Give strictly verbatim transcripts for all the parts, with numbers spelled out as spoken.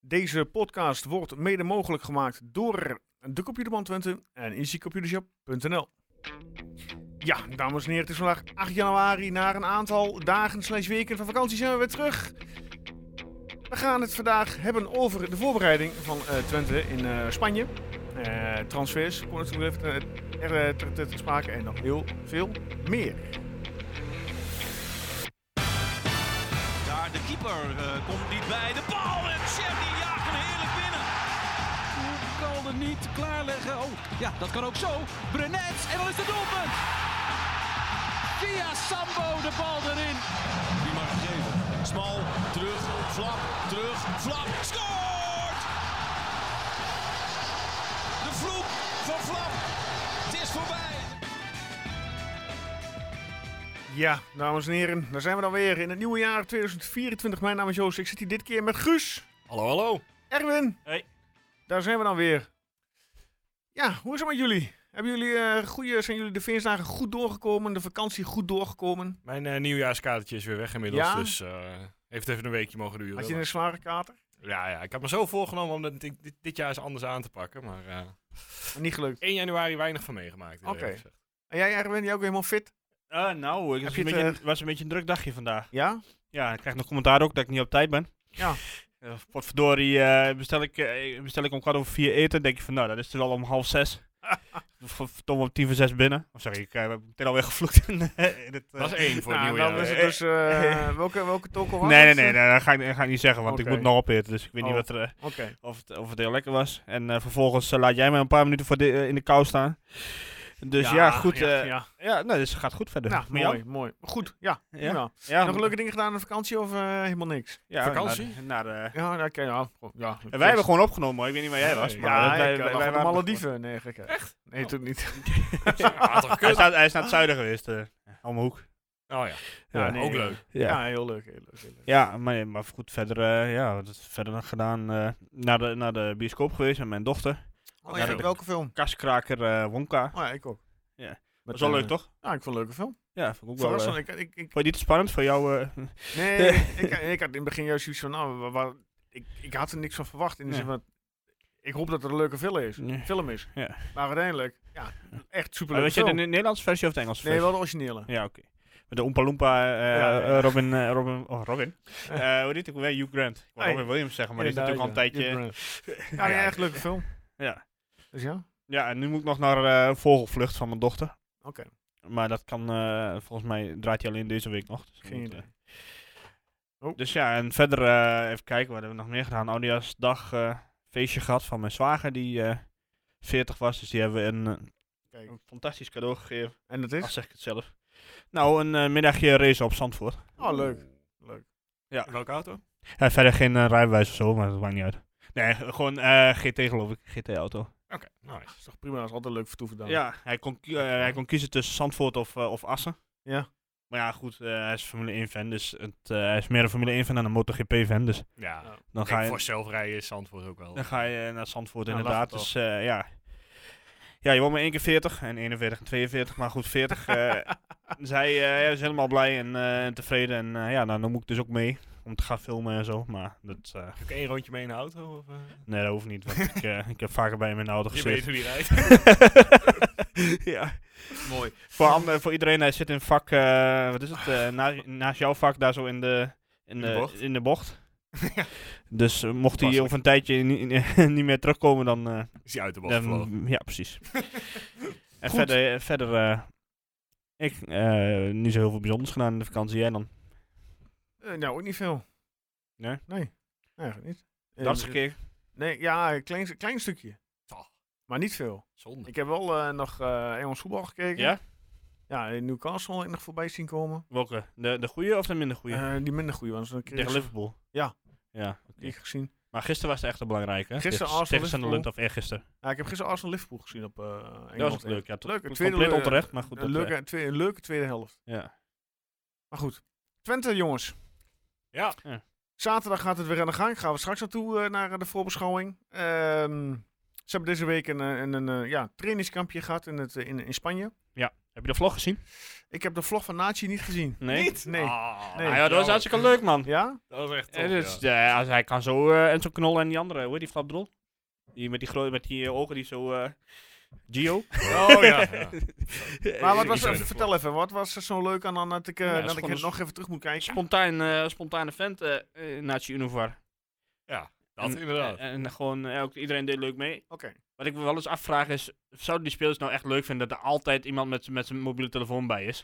Deze podcast wordt mede mogelijk gemaakt door de Computerband Twente en easy computershop punt n l. Ja, dames en heren, het is vandaag acht januari. Na een aantal dagen slash weken van vakantie zijn we weer terug. We gaan het vandaag hebben over de voorbereiding van uh, Twente in uh, Spanje. Uh, transfers, kon natuurlijk even uh, er uh, ter, ter sprake en nog heel veel meer. Daar de keeper uh, komt niet bij. De bal en Chevy jaagt hem heerlijk binnen. Kan er niet klaarleggen. Oh, ja, dat kan ook zo. Brenet en dan is het doelpunt. Via Sambo de bal erin. Die mag geven. Smal, terug, flap, terug, flap, scoort! De vloek van Flap. Het is voorbij. Ja, dames en heren, daar zijn we dan weer in het nieuwe jaar tweeduizend vierentwintig. Mijn naam is Joost, ik zit hier dit keer met Guus. Hallo, hallo. Erwin. Hey. Daar zijn we dan weer. Ja, hoe is het met jullie? Hebben jullie uh, goede, zijn jullie de feestdagen goed doorgekomen, de vakantie goed doorgekomen? Mijn uh, nieuwjaarskaartje is weer weg inmiddels, Ja? dus uh, heeft even een weekje mogen duren. Had je een zware kater? Ja, ja, ik had me zo voorgenomen om dit, dit, dit jaar eens anders aan te pakken, maar uh, Niet gelukt. één januari weinig van meegemaakt. Oké. Okay. En jij Erwin, jij ook helemaal fit? Uh, nou, het was een, beetje, uh... was een beetje een druk dagje vandaag. Ja? Ja, ik krijg nog commentaar ook dat ik niet op tijd ben. Ja. Uh, potverdorie, uh, bestel, ik, uh, bestel ik om kwart over vier eten, denk je van nou, dat is er al om half zes. Tom om tien voor zes binnen. Oh, sorry, ik uh, heb meteen alweer gevloekt in, in het... Uh, dat is één voor nou, het nieuwjaar. Dan is het dus, uh, welke, welke toko was nee, het? Nee, nee, nee, dat ga ik, dat ga ik niet zeggen, want okay. ik moet nog opeten, dus ik weet oh. niet wat er, uh, okay. of, het, of het heel lekker was. En uh, vervolgens uh, laat jij mij een paar minuten voor de, uh, in de kou staan. Dus ja, ja goed. Ja, uh, ja. ja nou, dus het gaat goed verder. Nou, mooi, jou? mooi. Goed, ja. ja. ja. ja. Nog leuke dingen gedaan aan de vakantie of uh, helemaal niks? Ja, vakantie? Naar, naar de... Ja, dat ken je ja. ja. En wij hebben gewoon opgenomen hoor. Ik weet niet waar jij was. Ja, maar ja wij, ik, wij, wij, wij waren Malediven. Nee, gek. Echt? Nee, toen niet. ja, toch hij, staat, hij is naar het zuiden geweest. Uh, om de hoek. Oh ja. Ja, ja nee, ook leuk. Ja, ja heel, leuk, heel leuk. Heel leuk. Ja, maar, maar goed, verder, uh, ja, wat is verder nog gedaan. Uh, naar, de, naar de bioscoop geweest met mijn dochter. Oh ja, welke film? Kaskraker uh, Wonka. Oh ja, ik ook. Ja. Dat is wel leuk, toch? Ja, ik vond het een leuke film. Ja, vond ik ook wel. Uh, ik, ik, ik, vond je niet te spannend voor jou? Uh, nee, ik, ik had in het begin juist zoiets van, nou, waar, waar, ik, ik had er niks van verwacht. In de ja. zin van, ik hoop dat het een leuke film is. Nee. Film is. Ja. Maar uiteindelijk, ja, echt super leuk. Weet je de Nederlandse versie of de Engelse versie? Nee, wel de originele. Ja, oké. Okay. Met de Oompa Loompa, uh, ja, ja. Uh, Robin, uh, Robin, oh Robin. Uh, hoe heet ik weer? Hugh Grant. Ik wou hey. Robin Williams zeggen, maar ja, die is natuurlijk al een tijdje... Ja, ja, echt leuke film. Ja. Dus ja? Ja, en nu moet ik nog naar uh, Vogelvlucht van mijn dochter. Oké. Okay. Maar dat kan, uh, volgens mij draait hij alleen deze week nog. Dus Geen idee. Uh, oh. Dus ja, en verder uh, even kijken, wat hebben we nog meer gedaan? Oudejaarsdag uh, feestje gehad van mijn zwager die uh, veertig was. Dus die hebben we een, uh, een fantastisch cadeau gegeven. En dat is? Als zeg ik het zelf. Nou, een uh, middagje race op Zandvoort. Oh, leuk. Leuk. Ja. In welke auto? Ja, verder geen uh, rijbewijs of zo, maar dat maakt niet uit. Nee, gewoon uh, G T geloof ik, G T-auto. Oké, okay, nice. Dat is toch prima, dat is altijd leuk vertoeven dan. Ja, hij kon, uh, hij kon kiezen tussen Zandvoort of, uh, of Assen. Ja. Maar ja, goed, uh, hij is Formule één fan, dus het, uh, hij is meer een Formule één fan dan een MotoGP fan, dus... Ja, dan ga je, voor zelf rijden is Zandvoort ook wel. Dan ga je uh, naar Zandvoort nou, inderdaad, dus uh, ja... Ja, je wordt maar één keer veertig en eenenveertig en tweeënveertig, maar goed, veertig. Uh, zij uh, is helemaal blij en uh, tevreden en uh, ja, nou, dan moet ik dus ook mee om te gaan filmen en zo, maar dat... Uh, Heb je één rondje mee in de auto? Of, uh? Nee, dat hoeft niet, want ik, uh, ik heb vaker bij hem in de auto gezeten. Je weet hoe die rijdt. Ja. Mooi. Voor, ander, voor iedereen, hij zit in vak, uh, wat is het, uh, na, naast jouw vak, daar zo in de, in in de, de bocht. In de bocht. Dus uh, mocht hij over een tijdje niet meer terugkomen, dan... Uh, is hij uit de bocht gevlogen. Ja, precies. En verder, verder uh, ik uh, niet zo heel veel bijzonders gedaan in de vakantie. Jij dan? Uh, nou, ook niet veel. Nee? Nee, eigenlijk niet. Dat is gekeken? Nee, ja, een klein, klein stukje. Oh. Maar niet veel. Zonde. Ik heb wel uh, nog uh, Engels voetbal gekeken. Ja? Ja, in Newcastle heb ik nog voorbij zien komen. Welke? De, de goede of de minder goede? Uh, die minder goede. Want dan tegen Liverpool? Ja. Ja, okay. Die heb ik gezien. Maar gisteren was het echt een belangrijke, hè? Gisteren Arsenal Liverpool. Sunderland of eergisteren? Ja, ik heb gisteren Arsenal Liverpool gezien op uh, Engeland. Dat was leuk, ja. Leuk, tweede, tweede, compleet onterecht, maar goed. Een leuke, uh, tweede, leuke tweede helft. Ja. Maar goed. Twente, jongens. Ja. ja. Zaterdag gaat het weer aan de gang. Gaan we straks naartoe uh, naar uh, de voorbeschouwing. Um, ze hebben deze week een, een, een, een ja, trainingskampje gehad in, het, in, in Spanje. Heb je de vlog gezien? Ik heb de vlog van Nachi niet gezien. Nee? Niet? Nee. Ah, Nee. Ah, ja, dat was hartstikke leuk, man. Ja? Dat was echt tof, Eh, dus, ja. eh, als hij kan zo, eh, en zo knollen en die andere, hoe heet die flapdrol? Die met die, grote, met die eh, ogen die zo... eh Gio? Oh ja. ja. Maar wat was Zo er, in de vertel even, wat was er zo leuk aan dan dat ik, eh, Ja, dat is dat ik gewoon het een nog even terug moet kijken? Spontaan, eh spontane vent, eh uh, Nachi Unovar. Ja, dat En- inderdaad. En, en gewoon, eh, ook, iedereen deed leuk mee. Oké. Wat ik me wel eens afvraag is, zouden die spelers nou echt leuk vinden dat er altijd iemand met, z'n- met zijn mobiele telefoon bij is?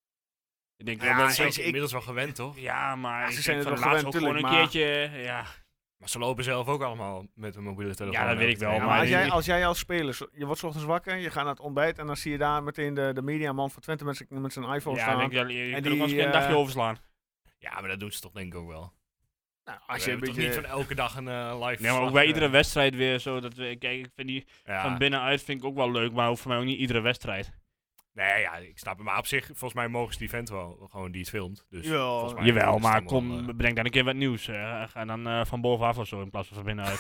Ik denk, Ja, wel dat Ze ze zijn ik- ze inmiddels wel gewend, toch? ja, maar Ja, ik ze zijn denk het van wel laatst gewend, ook gewoon tuurlijk, een maar- keertje, ja. Maar ze lopen zelf ook allemaal met een mobiele telefoon. Ja, dat weet ik wel, Ja, Ja, maar als die- jij, als jij als speler, zo- je wordt 's ochtends wakker, je gaat naar het ontbijt en dan zie je daar meteen de, de mediaman van Twente met zijn, met zijn iPhone Ja, staan. denk ik, ja, je je En kunt ook wel eens die, een keer een dagje eh, overslaan. Ja, maar dat doen ze toch denk ik ook wel. Nou, Als als je je een toch beetje... niet van elke dag een eh, live Nee, maar verslag, ook bij eh, iedere wedstrijd weer zo, dat we, kijk, ik vind die ja. van binnenuit vind ik ook wel leuk, maar hoeft voor mij ook niet iedere wedstrijd. Nee, ja, ik snap het. Maar op zich, volgens mij mogen ze die vent wel gewoon die het filmt. Dus Jawel. volgens mij Jawel, is het maar allemaal, kom, eh, bedenk dan een keer wat nieuws. eh, ga dan eh, van bovenaf of zo in plaats van van binnenuit.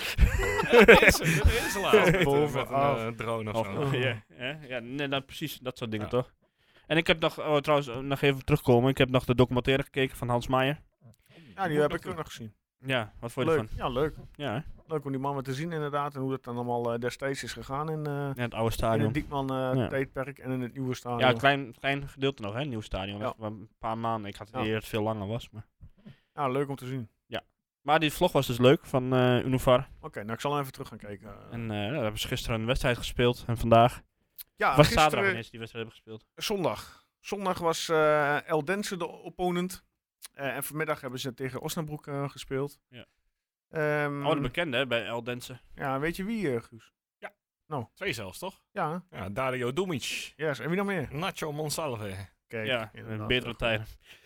dat is dat is laatst met, eh, Bovenaf. met een eh, drone of, Of, zo. ja, ja, ja nee, dat, precies, dat soort dingen Ja. toch? En ik heb nog, oh, trouwens, eh, nog even terugkomen. Ik heb nog de documentaire gekeken van Hans Meijer. Ja, die heb ik ook nog gezien. Ja, wat vond je Leuk. ervan? Ja, leuk. Ja, hè? Leuk om die man weer te zien inderdaad en hoe dat dan allemaal eh, destijds is gegaan in, eh Ja, het oude in het stadion. Diekman eh, Ja. tijdperk en in het nieuwe stadion. Ja, een klein, klein gedeelte nog, hè, nieuw stadion. Ja. Dat was een paar maanden. Ik had het Ja. idee dat het veel langer was. Maar, Ja, leuk om te zien. maar die vlog was dus leuk van eh Unovar. Oké, nou ik zal hem even terug gaan kijken. En eh ja, we hebben ze gisteren een wedstrijd gespeeld. En vandaag. ja, was gisteren, zaterdag ineens die wedstrijd hebben gespeeld. zondag. Zondag was eh Eldense de opponent. Eh, en vanmiddag hebben ze tegen Osnabrück eh, gespeeld. Ja. Ehm, Oh, de bekende hè, bij El Dense. ja, weet je wie, eh, Guus? Twee zelfs, toch? Ja, Ja, Dario Dumic. yes. En wie nog meer? Nacho Monsalve. Kijk, Ja, inderdaad. betere tijden.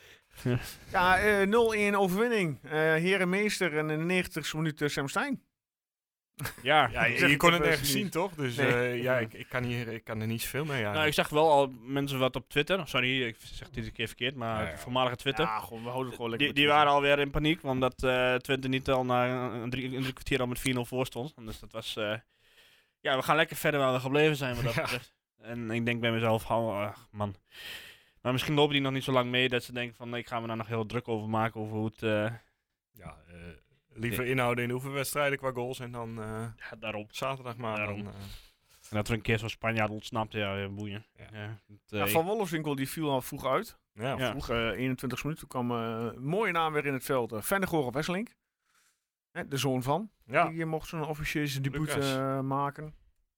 Ja, eh, nul-een overwinning. Eh Herenmeester en in de negentigste minuut eh, Sam Stein. Ja, Ja, zeg je, je ik kon toch het even nergens niet. zien, toch? Dus Nee. eh, ja, ik, ik, kan hier, ik kan er niet zoveel mee aan. nou, ik zag wel al mensen wat op Twitter. Sorry, ik zeg dit een keer verkeerd, maar Ja, ja. voormalige Twitter. Ja, gewoon, we houden het gewoon lekker Die, met die Twitter. waren alweer in paniek, omdat eh Twente niet al na een, een drie, een drie kwartier al met vier nul voor stond. Dus dat was... eh, ja, we gaan lekker verder waar we gebleven zijn wat dat Ja. betreft. En ik denk bij mezelf, hou, ach, man. Maar misschien lopen die nog niet zo lang mee dat ze denken van, ik ga me daar nog heel druk over maken, over hoe het... eh, Ja, eh, liever inhouden in de oefenwedstrijden qua goals en dan eh, ja, daarop. zaterdag maar. Daarom. Dan, eh, En dat er een keer zo'n Spanjaard ontsnapt, ja, ja, boeien. Ja. Ja, het, eh, Ja, Van Wolfswinkel die viel al vroeg uit. ja, Ja. Vroeg eh, eenentwintig minuten. Toen kwam eh, een mooie naam weer in het veld. Uh, Vennegoor Wesselink. Hè, de zoon van. ja. Die mocht zo'n officieus debuut Lucas. eh, maken.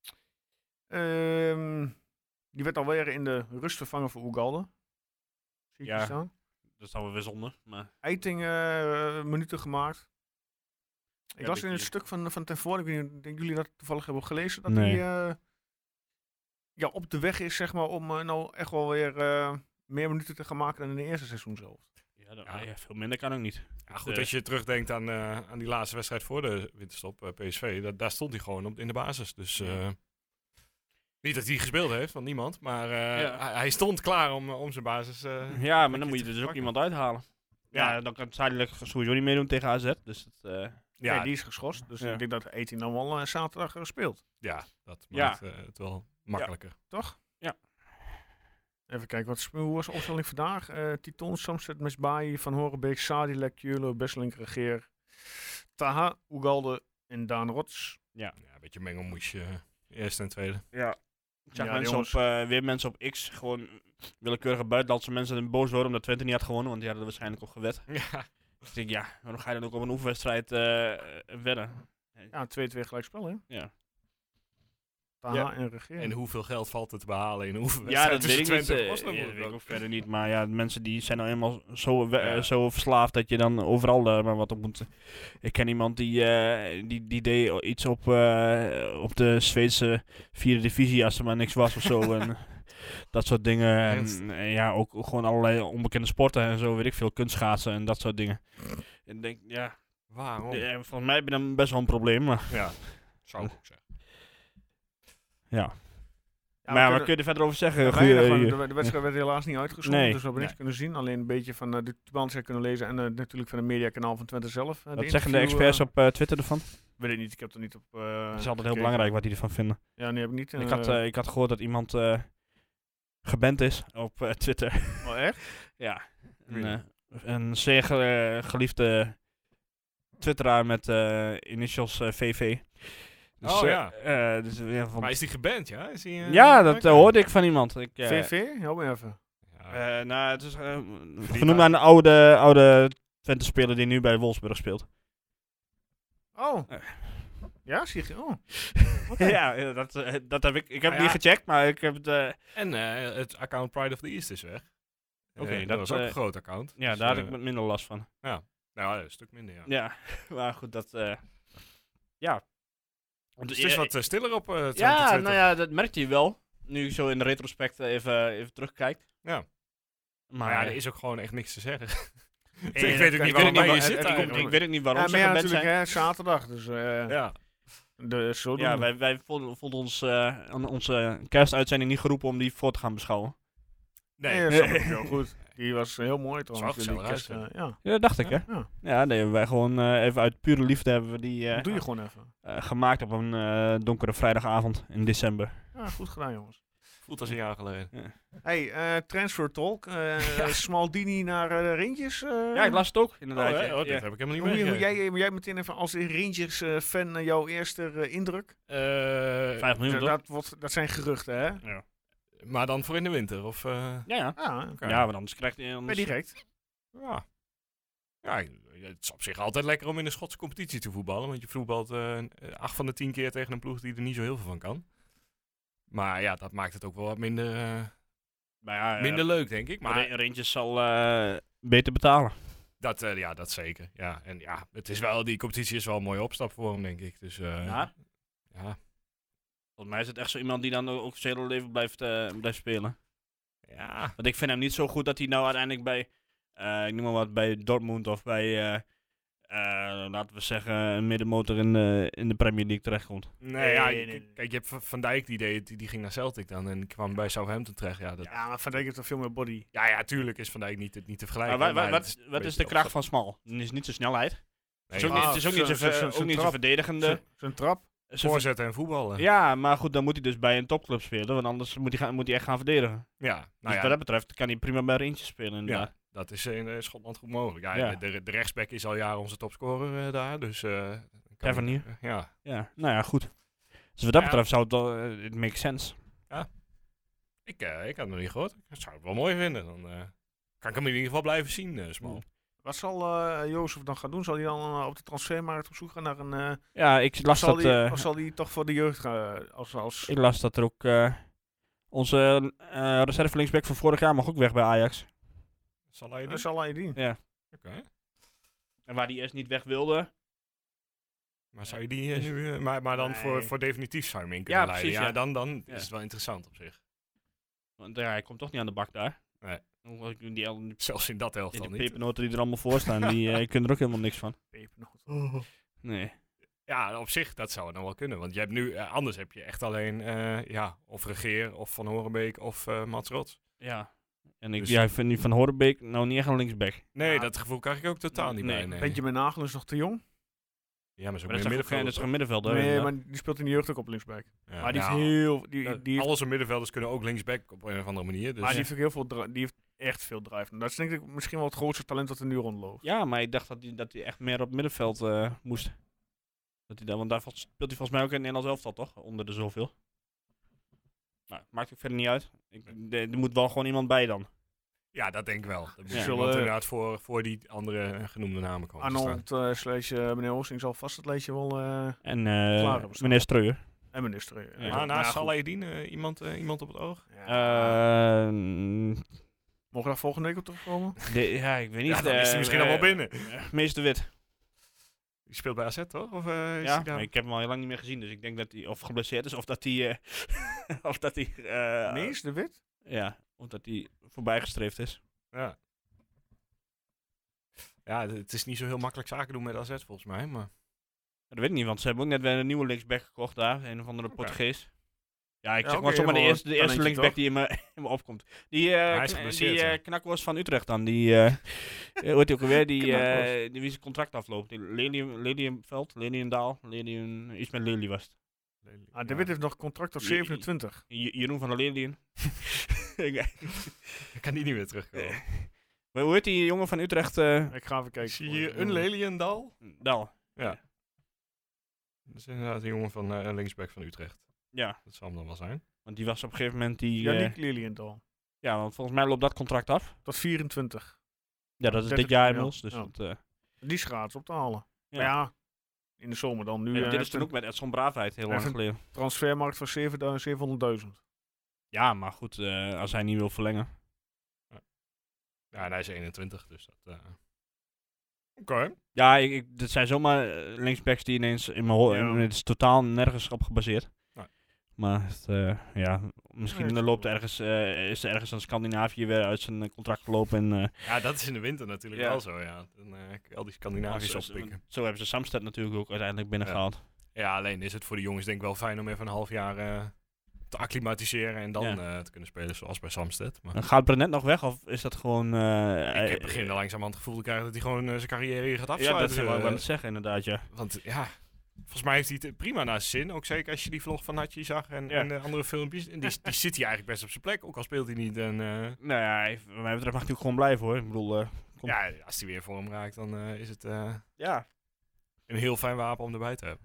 Ehm, die werd alweer in de rust vervangen voor Oegalde. Zie je Ja. die staan? dat is dan wel weer zonde, maar... Eiting eh, minuten gemaakt. Ik Ja, las in beetje- het stuk van, van Ten Voorde, ik weet niet, denk jullie dat toevallig hebben gelezen, dat Nee. hij eh, ja, op de weg is zeg maar, om eh, nou echt wel weer eh, meer minuten te gaan maken dan in de eerste seizoen zelf. Ja, dat- Ja. ja, veel minder kan ook niet. Ja, goed, eh, als je terugdenkt aan, eh, aan die laatste wedstrijd voor de winterstop, eh, P S V, dat, daar stond hij gewoon op, in de basis. Dus eh, niet dat hij gespeeld heeft, van niemand, maar eh, Ja. hij, hij stond klaar om, om zijn basis. eh, Ja, maar je dan moet je te er dus ook pakken. iemand uithalen. Ja, Ja. dan kan Zuidelijk sowieso niet meedoen tegen A Z. Dus dat, eh, ja, Nee, die is geschorst, dus Ja. ik denk dat Eiting dan wel eh, zaterdag eh, speelt. ja, dat Ja. maakt eh, het wel makkelijker. Toch? Ja. Even kijken, wat, is- hoe was de opstelling vandaag? Eh Titon, Samsted, Mesbaai, Van Horenbeek, Sadilek, Julo, Besselink, Regeer, Taha, Oegalde en Daan Rots. Ja, een beetje mengelmoesje, eh, eerste en tweede. ja. Ik zag Ja, mensen jongens. op, eh, weer mensen op X, gewoon willekeurige buitenlandse mensen boos worden omdat Twente niet had gewonnen, want die hadden er waarschijnlijk op gewed. Ja, Dus ik denk, ja, waarom ga je dan ook op een oefenwedstrijd eh wedden? Ja, twee-twee gelijkspel, hè? Ja. Taha Ja. en Regeer. en hoeveel geld valt er te behalen in een Ja, oefenwedstrijd dat weet tussen ik niet. Twente en eh, Osnabrück? ja, dat weet ik ook verder niet. Maar ja, mensen die zijn nou eenmaal zo, we- Ja. eh, zo verslaafd dat je dan overal eh, maar wat op moet. Ik ken iemand die, eh, die, die deed iets op, eh, op de Zweedse vierde divisie als er maar niks was of zo. en dat soort dingen. En, Ernst? eh, ja, ook gewoon allerlei onbekende sporten en zo, weet ik veel. Kunstschaatsen en dat soort dingen. En ik denk, ja, Waarom? eh, volgens mij heb je dan best wel een probleem. Maar Ja, zou ik ook zeggen. ja. Ja, maar ja, we wat kun kunnen- je er verder over zeggen? Ja, Goeie- weinig, want de, de wedstrijd werd helaas niet uitgezonden, Nee. dus we hebben niks Nee. kunnen zien. Alleen een beetje van uh, de tubantia kunnen lezen en uh, natuurlijk van het mediakanaal van Twente zelf. Uh, Wat zeggen de experts op eh, Twitter ervan? Weet ik niet, ik heb er niet op. Uh, Het is altijd heel belangrijk wat die ervan vinden. Ja, nee, heb ik niet. Ik eh, had, eh, ik had gehoord dat iemand, eh, geband is op uh, Twitter. Oh, echt? Ja. Een, Really? uh, een zeer ge- geliefde twitteraar met uh, initials uh, V V. Dus, Oh, uh, ja. uh, dus, ja, van- Maar is die geband, ja? Is die, uh, ja, dat oké. uh, hoorde ik van iemand. Ik, uh, V V? Help me even. Ja. uh, nou, het is uh, Verdiend genoemd aan een oude, oude Twente-speler die nu bij Wolfsburg speelt. Oh. Eh. Ja, zie je. Oh. Oké. ja, ja, dat, uh, dat heb ik. Ik heb Ah, het ja. niet gecheckt, maar ik heb het. Uh, En uh, het account Pride of the East is weg. Oké, Eh, dat, dat was ook uh, een groot account. ja, Dus, daar had eh, ik wat minder last van. Nou ja, een stuk minder, ja. Ja, maar goed, dat. Uh, ja. Dus het is wat uh, stiller op uh, Twente Ja, Twitter. nou ja, dat merkte je wel. Nu je zo in de retrospect even, even terugkijkt. Ja. Maar Maar ja, er is ook gewoon echt niks te zeggen. Eh, ik weet ook dat niet kan- ik waarom weet bij niet je wa- zit het- het komt- eigenlijk. ik weet ook niet waarom Ja, ze maar ja, geband natuurlijk, zijn. hè, zaterdag. Dus eh Ja. de, zo doen Ja, we. wij, wij vonden, vonden ons uh, aan onze kerstuitzending niet geroepen om die voor te gaan beschouwen. Nee, Nee, dat snap ik wel goed. Die was heel mooi trouwens. wel die gezellig kerst, uit, eh, ja. Ja, dat dacht ik, hè? Ja, Ja, nee, wij gewoon uh, even uit pure liefde hebben we die uh, dat doe je gewoon even. uh, gemaakt op een uh, donkere vrijdagavond in december. Ja, goed gedaan jongens. voelt als een jaar geleden. Hey, eh, transfer talk. eh Smaldini naar eh, Rangers. eh. Ja, ik las het ook, Oh, inderdaad. hè? ja. Oh, dit Ja. heb ik helemaal niet Hoe, hoe meegekregen. jij, jij meteen even als Rangers-fan uh, jouw eerste uh, indruk? Eh, Vijf miljoen, dat, toch? dat, wordt, dat zijn geruchten, hè? Ja, maar dan voor in de winter? Of, eh, ja. ja. Ja, oké. Ja, maar anders krijgt hij... per Anders, direct. Ja. Ja, ik- het is op zich altijd lekker om in de Schotse competitie te voetballen. Want je voetbalt eh, acht van de tien keer tegen een ploeg die er niet zo heel veel van kan. Maar ja, dat maakt het ook wel wat minder, eh, maar ja, uh, minder leuk, denk ik. maar Maar Rangers zal uh, beter betalen. dat, eh, ja, dat zeker. Ja, en ja, het is wel, die competitie is wel een mooie opstap voor hem, denk ik. Dus eh, Ja? ja. Volgens mij is het echt zo iemand die dan ook zijn hele leven blijft, uh, blijft spelen. Ja, Want ik vind hem niet zo goed dat hij nou uiteindelijk bij, uh, ik noem maar wat, bij Dortmund of bij, uh, uh, laten we zeggen, een middenmotor in de, in de Premier League terechtkomt. nee, Nee, ja, nee, k- nee. kijk, je hebt Van- Van Dijk, die, deed, die, die ging naar Celtic dan en kwam bij Southampton terecht. Ja, dat, ja. Ja, maar Van Dijk heeft toch veel meer body. ja, tuurlijk is Van Dijk niet, te- niet te Maar vergelijken. wa- wa- maar wat, het een wat is beetje de kracht opstap. van Smal? Het is niet zijn snelheid. Nee, Het is ook maar- niet, het is ook niet zijn- zijn ver- zijn- ook zijn niet zijn trap. verdedigende. Zijn- Zijn trap. zijn ver- Voorzetten en voetballen. Ja, maar goed, dan moet hij dus bij een topclub spelen, want anders moet hij, gaan, moet hij echt gaan verdedigen. Ja, nou dus ja, wat dat betreft kan hij prima bij Rangers spelen inderdaad. ja, dat is in eh, Schotland goed mogelijk. Ja, Ja. De, de rechtsback is al jaren onze topscorer eh, daar, dus... eh, kan Tavernier. hij- Ja, Ja, nou ja, goed. Dus wat dat Ja. betreft zou het wel, uh, it makes sense. ik, eh, ik had het nog niet gehoord. Ik zou het wel mooi vinden. Dan eh, kan ik hem in ieder geval blijven zien, eh Smal. Wat zal eh Jozef dan gaan doen? Zal hij dan eh, op de transfermarkt op zoek gaan naar een... eh, Ja, ik las zal dat, hij, uh, of zal hij toch voor de jeugd gaan? Als, als, ik las dat er ook uh, onze uh, reserve linksback van vorig jaar mag ook weg bij Ajax. Zal hij dat doen? zal hij doen. Ja. Oké. En waar die eerst niet weg wilde. Maar zou je die eh, nu... eh, maar, maar dan voor, Nee. voor definitief zou je hem in kunnen Ja, leiden. precies, Ja, ja. dan, dan Ja. is het wel interessant op zich. Want ja, hij komt toch niet aan de bak daar. Nee. Omdat ik Die, die, Zelfs in dat die, elftal die niet. pepernoten die er allemaal voor staan, die uh, kunnen er ook helemaal niks van. Pepernoot. Nee. Ja, op zich, dat zou dan wel kunnen. Want je hebt nu, eh, anders heb je echt alleen, eh, ja, of Regeer, of Van Horenbeek, of eh Mats Rots. Ja. En ik Dus- ja, ik vind die van Horenbeek nou niet echt een linksback. Nee, Ja. dat gevoel krijg ik ook totaal niet Nee, bij. Nee. Benjamin Nagel is nog te jong. Ja, maar zo Maar meer dat is toch geen- dat is toch middenvelder. een middenvelder? Nee, inderdaad? maar die speelt in de jeugd ook op linksback. Ja, maar die nou, heeft heel... Die, eh, die heeft, al onze middenvelders kunnen ook linksback op een of andere manier. Dus maar die heeft ook heel veel... dri- Die heeft echt veel drive. En dat is denk ik misschien wel het grootste talent dat er nu rondloopt. Ja, maar ik dacht dat hij dat hij echt meer op het middenveld uh, moest. Dat hij daar, want daar speelt hij volgens mij ook in het Nederlands elftal, toch? Onder de zoveel. Nou, maakt ook verder niet uit. Ik, de- er moet wel gewoon iemand bij dan. ja, dat denk ik wel. Dat moet Ja. iemand Zullen- inderdaad voor, voor die andere genoemde namen komen te staan. Arnold uh, slash uh, meneer Oosting zal vast het lijstje wel... Uh, En Klaar uh, hebben we meneer Streuer. en minister. Uh, Ja. Maar naast goed. Salahedin, uh, iemand, uh, iemand op het oog? Ja. Uh, Mogen we daar volgende week op terugkomen? de, ja, ik weet niet. Ja, dan is hij eh, misschien al wel eh, binnen. eh, Meester Wit. Die speelt bij A Z, toch? Of, uh, is Ja, hij daar? maar ik heb hem al heel lang niet meer gezien. Dus ik denk dat hij of geblesseerd is of dat hij... Uh, of dat hij... Uh, Mees de Wit? Ja, of dat hij voorbijgestreefd is. Ja. Ja, d- het is niet zo heel makkelijk zaken doen met A Z volgens mij, maar... Dat weet ik niet, want ze hebben ook net weer een nieuwe linksback gekocht daar. Een of andere Oké. Portugees. Ja, ik Ja, zeg ook maar zomaar de helemaal eerste, de eerste talentje, linksback toch? die in me, in me opkomt. Die, uh, Hij is kn- geblesseerd, die ja. uh, knakworst van Utrecht dan. Die, uh, hoe heet die ook alweer? Die, Knakworst. uh, die wie zijn contract afloopt. Die Lelium, Leliumveld, Leliendaal, Lelium, iets met Lely was het. Ah, de Wit heeft nog contract tot Je- zevenentwintig. J- Jeroen van der Leerlien. Ik kan die niet meer terugkomen. Maar hoe heet die jongen van Utrecht? eh Ik ga even kijken. Zie je hier een Leliendal? Dal. Ja. Dat is inderdaad een jongen van uh, linksback van Utrecht. Ja, Dat zal hem dan wel zijn. want die was op een gegeven moment die... Ja, eh, Nick Lilienthal. ja, want volgens mij loopt dat contract af. Tot vierentwintig. Ja, dat is dit dertig, jaar ja. inmiddels. Dus Ja. dat, eh, Die is gratis op te halen. Ja. Maar ja, in de zomer dan. Nu ja, eh, dit is heeft toen een ook met Edson Braafheid heel lang even- geleden. transfermarkt van zevenhonderdduizend. Ja, maar goed, eh, als hij niet wil verlengen. Ja, en hij is eenentwintig, dus dat... uh, Oké. Ja, ik, ik, dit zijn zomaar eh, linksbacks die ineens in mijn hoofd... Ja. Het is totaal nergens op gebaseerd. Nee. Maar het, eh, ja, misschien Nee, het is loopt wel- ergens, eh, is er ergens aan Scandinavië weer uit zijn eh, contract gelopen. En, eh, Ja, dat is in de winter natuurlijk Ja. wel zo, ja. Dan uh, kun je al die Scandinaviërs zo, zo- oppikken. zo hebben ze Samsted natuurlijk ook uiteindelijk binnengehaald. Ja, alleen is het voor de jongens denk ik wel fijn om even een half jaar uh, te acclimatiseren en dan Ja. uh, te kunnen spelen zoals bij Samsted. Maar En gaat Brenet nog weg of is dat gewoon... eh, ik heb begin langzamerhand het gevoel te krijgen dat hij gewoon uh, zijn carrière hier gaat Ja, afsluiten. dat zou ik Uh, wel eens zeggen inderdaad, ja. Want ja, volgens mij heeft hij het prima naar zijn zin. Ook zeker als je die vlog van Natje zag en, Ja. en de andere filmpjes. En die, die zit hij eigenlijk best op zijn plek, ook al speelt hij niet. En, uh, Nou ja, hij- wat mij betreft mag hij ook gewoon blijven hoor. Ik bedoel, eh, Kom. ja, als hij weer vorm raakt, dan uh, is het uh, ja. een heel fijn wapen om erbij te hebben.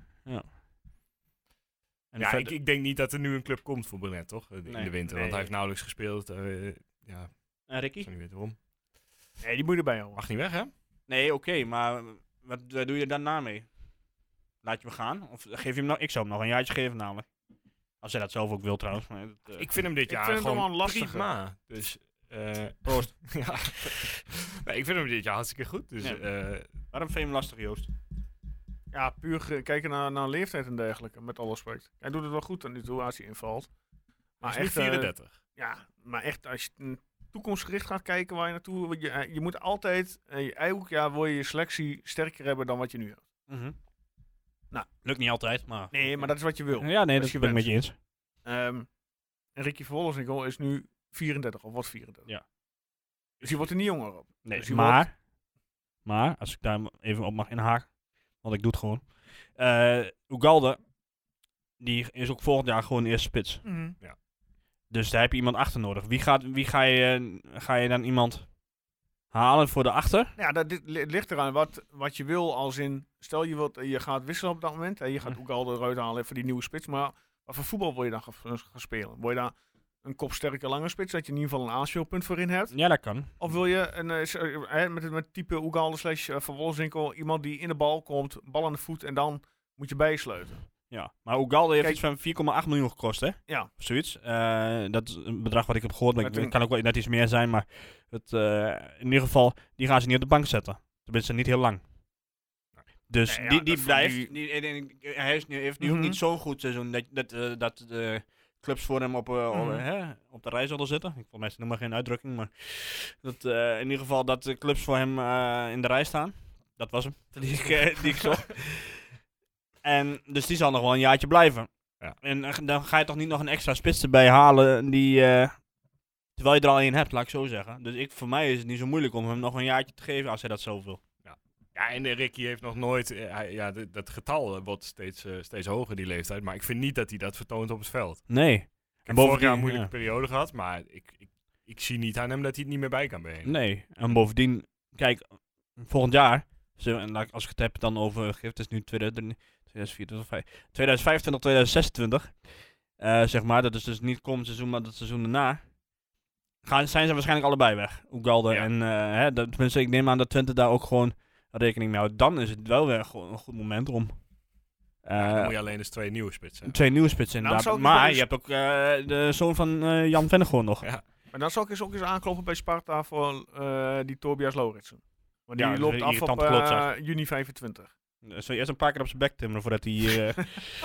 En Ja, ik, verder- ik denk niet dat er nu een club komt voor Brenet, toch? In Nee. de winter, want Nee. hij heeft nauwelijks gespeeld. Uh, ja, En ik Ricky? zou niet weten waarom. Nee, die moet je erbij houden. Mag niet weg, hè? Nee, oké, maar wat, wat doe je daarna mee? Laat je hem gaan? Of geef je hem nog? Ik zou hem nog een jaartje geven namelijk. Als hij dat zelf ook wil trouwens. Maar dat, eh, Ik vind hem dit Ik jaar vind hem gewoon wel een lastige. prima. Dus, eh Proost. ja. Nee, ik vind hem dit jaar hartstikke goed. Dus, Ja. eh, Waarom vind je hem lastig, Joost? Ja, puur eh, kijken naar, naar leeftijd en dergelijke, met alle respect. Hij doet het wel goed aan die toe als hij invalt. Maar hij is echt, nu eh, vierendertig. ja, maar echt, als je mm, toekomstgericht gaat kijken waar je naartoe... want Je, eh, je moet altijd, eh, elk jaar wil je je selectie sterker hebben dan wat je nu hebt. Mhm. Nou. Lukt niet altijd, maar... Nee, maar dat is wat je wil. Ja, nee, dat is dat je ben ik met je eens. Ehm, en Ricky Verwollerswinkel is nu vierendertig, of wordt vierendertig. Ja. Dus die wordt er niet jonger op. Nee, Dus je maar... Maar, als ik daar even op mag inhaken, want ik doe het gewoon. Eh Ugalde, die is ook volgend jaar gewoon eerste spits. Dus daar heb je iemand achter nodig. Wie, gaat, wie ga, je, ga je dan iemand halen voor de achter? Ja, dat dit, li- ligt eraan wat, wat je wil als in... Stel je, wilt, je gaat wisselen op dat moment. Hè, je gaat Hm. Ugalde eruit halen voor die nieuwe spits. Maar wat voor voetbal wil je dan gaan, gaan spelen? Wil je daar een kopsterke lange spits, dat je in ieder geval een aanspeelpunt voor in hebt? Ja, dat kan. Of wil je een, eh, s- eh, hè, met, met type Ugalde slash uh, Van Wolfswinkel iemand die in de bal komt, bal aan de voet en dan moet je bijsluiten? Ja, maar Ugalde heeft Kijk- iets van vier komma acht miljoen gekost, hè? Ja. Of zoiets. Eh, dat is een bedrag wat ik heb gehoord, maar Met ik- het een- kan ook wel net iets meer zijn. Maar het, eh, in ieder geval, die gaan ze niet op de bank zetten. Tenminste, niet heel lang. Dus Nee, ja, die, die dat blijft. vond Die, en- en- hij is, nu- heeft nu ook Mhm. niet zo'n goed seizoen dat, dat, eh, dat de clubs voor hem op, eh, op, Mhm. hè, op de rij zullen zitten. Ik volgens mij is het nog maar geen uitdrukking, maar dat, eh, in ieder geval dat de clubs voor hem eh, in de rij staan. Dat was hem, die ik, eh, die ik zocht. En dus die zal nog wel een jaartje blijven. Ja. En eh, dan ga je toch niet nog een extra spits erbij halen die, eh, terwijl je er al één hebt, laat ik zo zeggen. Dus ik, voor mij is het niet zo moeilijk om hem nog een jaartje te geven als hij dat zelf wil. Ja, en uh, Ricky heeft nog nooit... uh, hij, ja, d- dat getal uh, wordt steeds, uh, steeds hoger, die leeftijd. Maar ik vind niet dat hij dat vertoont op het veld. Nee. Ik heb bovendien- vorig jaar een moeilijke ja. periode gehad, maar ik, ik, ik zie niet aan hem dat hij het niet meer bij kan benen. Nee. En bovendien, kijk, volgend jaar, zo, en laat ik- als ik het heb dan over, het is nu tweeduizend vierentwintig, tweeduizend vijfentwintig, tweeduizend zesentwintig, uh, zeg maar, dat is dus niet komend seizoen, maar het seizoen daarna, gaan, zijn ze waarschijnlijk allebei weg. Ugalde Ja. en, uh, hè, dat, tenminste, ik neem aan dat Twente daar ook gewoon rekening mee houdt. Dan is het wel weer gewoon een goed moment om uh, Ja, dan moet je alleen eens twee nieuwe spitsen. twee nieuwe spitsen Nou, inderdaad. zou ik nog wel Maar eens- je hebt ook uh, de zoon van uh, Jan Vennegoor nog. Ja. Maar dan zal ik eens ook eens aankloppen bij Sparta voor eh, die Tobias Lauritsen. Want die Ja, dat is loopt een af op irritante klootzak. eh, juni vijfentwintig. Uh, Zul je eerst een paar keer op zijn bek timmeren voordat hij... Uh,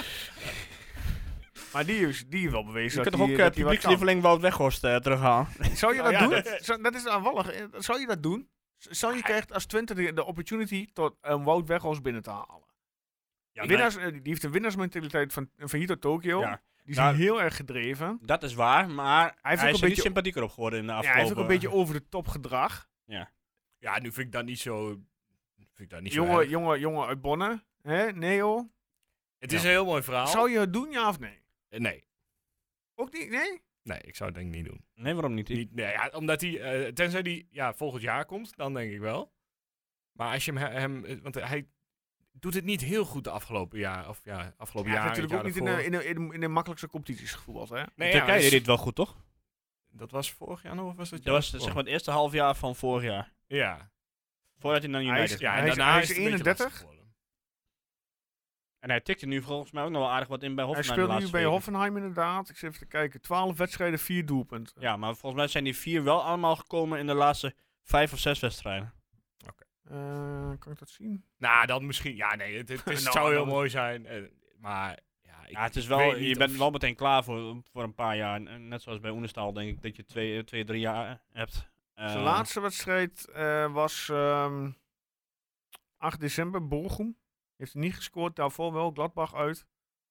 Maar die is, die is wel bewezen je dat kunt toch die, ook uh, dat die wat kan. publiekslieveling Wout Weghorst uh, terughalen? Zou je dat Oh, ja, doen? dat- Zou- dat is aanvallig. Eh, Zou je dat doen? Z- Zou je krijgt als Twente de, de opportunity tot een Wout Weghorst binnen te halen? Ja, Winnaars, eh, die heeft een winnaarsmentaliteit van, van Hito Tokyo. Ja. Die is Ja. heel erg gedreven. Dat is waar, maar hij, heeft ook hij is een er niet beetje- sympathieker op geworden in de Ja, afgelopen... hij heeft ook een beetje over de top gedrag. Ja, nu vind ik dat niet zo... Vind ik dat niet zo Jongen, erg. jongen, jongen uit Bonne. Hè? Neo. Het Ja. is een heel mooi verhaal. Zou je het doen, ja of nee? Eh, Nee. Ook niet, nee? Nee, ik zou het denk ik niet doen. Nee, waarom niet? Ik- Niet, nee, ja, omdat hij, eh, tenzij hij ja, volgend jaar komt, dan denk ik wel. Maar als je hem, hem eh, want hij doet het niet heel goed de afgelopen jaar, of ja, afgelopen Hij jaar. heeft natuurlijk ook het niet jaar in de, daarvoor. in, de, in, de, in de makkelijkste competities gevoetbald, hè? Nee, ja, Turkije dus- deed dit wel goed, toch? dat was vorig jaar nog, of was dat? Dat was zeg maar het eerste half jaar van vorig jaar. Ja. Voordat hij naar Hij United is- Ja, ging. en hij is- daarna hij is is het een beetje eenendertig. lastig geworden. En hij tikte nu volgens mij ook nog wel aardig wat in bij Hij Hoffenheim. de speelt nu laatste bij weken. Hoffenheim inderdaad. Ik zit even te kijken. twaalf wedstrijden, vier doelpunten. Ja, maar volgens mij zijn die vier wel allemaal gekomen in de laatste vijf of zes wedstrijden. Eh, kan ik dat zien? Nou, dan misschien. Ja, nee, het, het, is- het Nou, zou heel dan- mooi zijn. eh, maar ja, ik, Ja, het is ik wel, weet je niet bent of- wel meteen klaar voor, voor een paar jaar. En net zoals bij Oenestal denk ik dat je twee, twee drie jaar hebt. Zijn Eh, laatste wedstrijd eh, was ehm, acht december, Bochum. Heeft hij niet gescoord, daarvoor wel, Gladbach uit.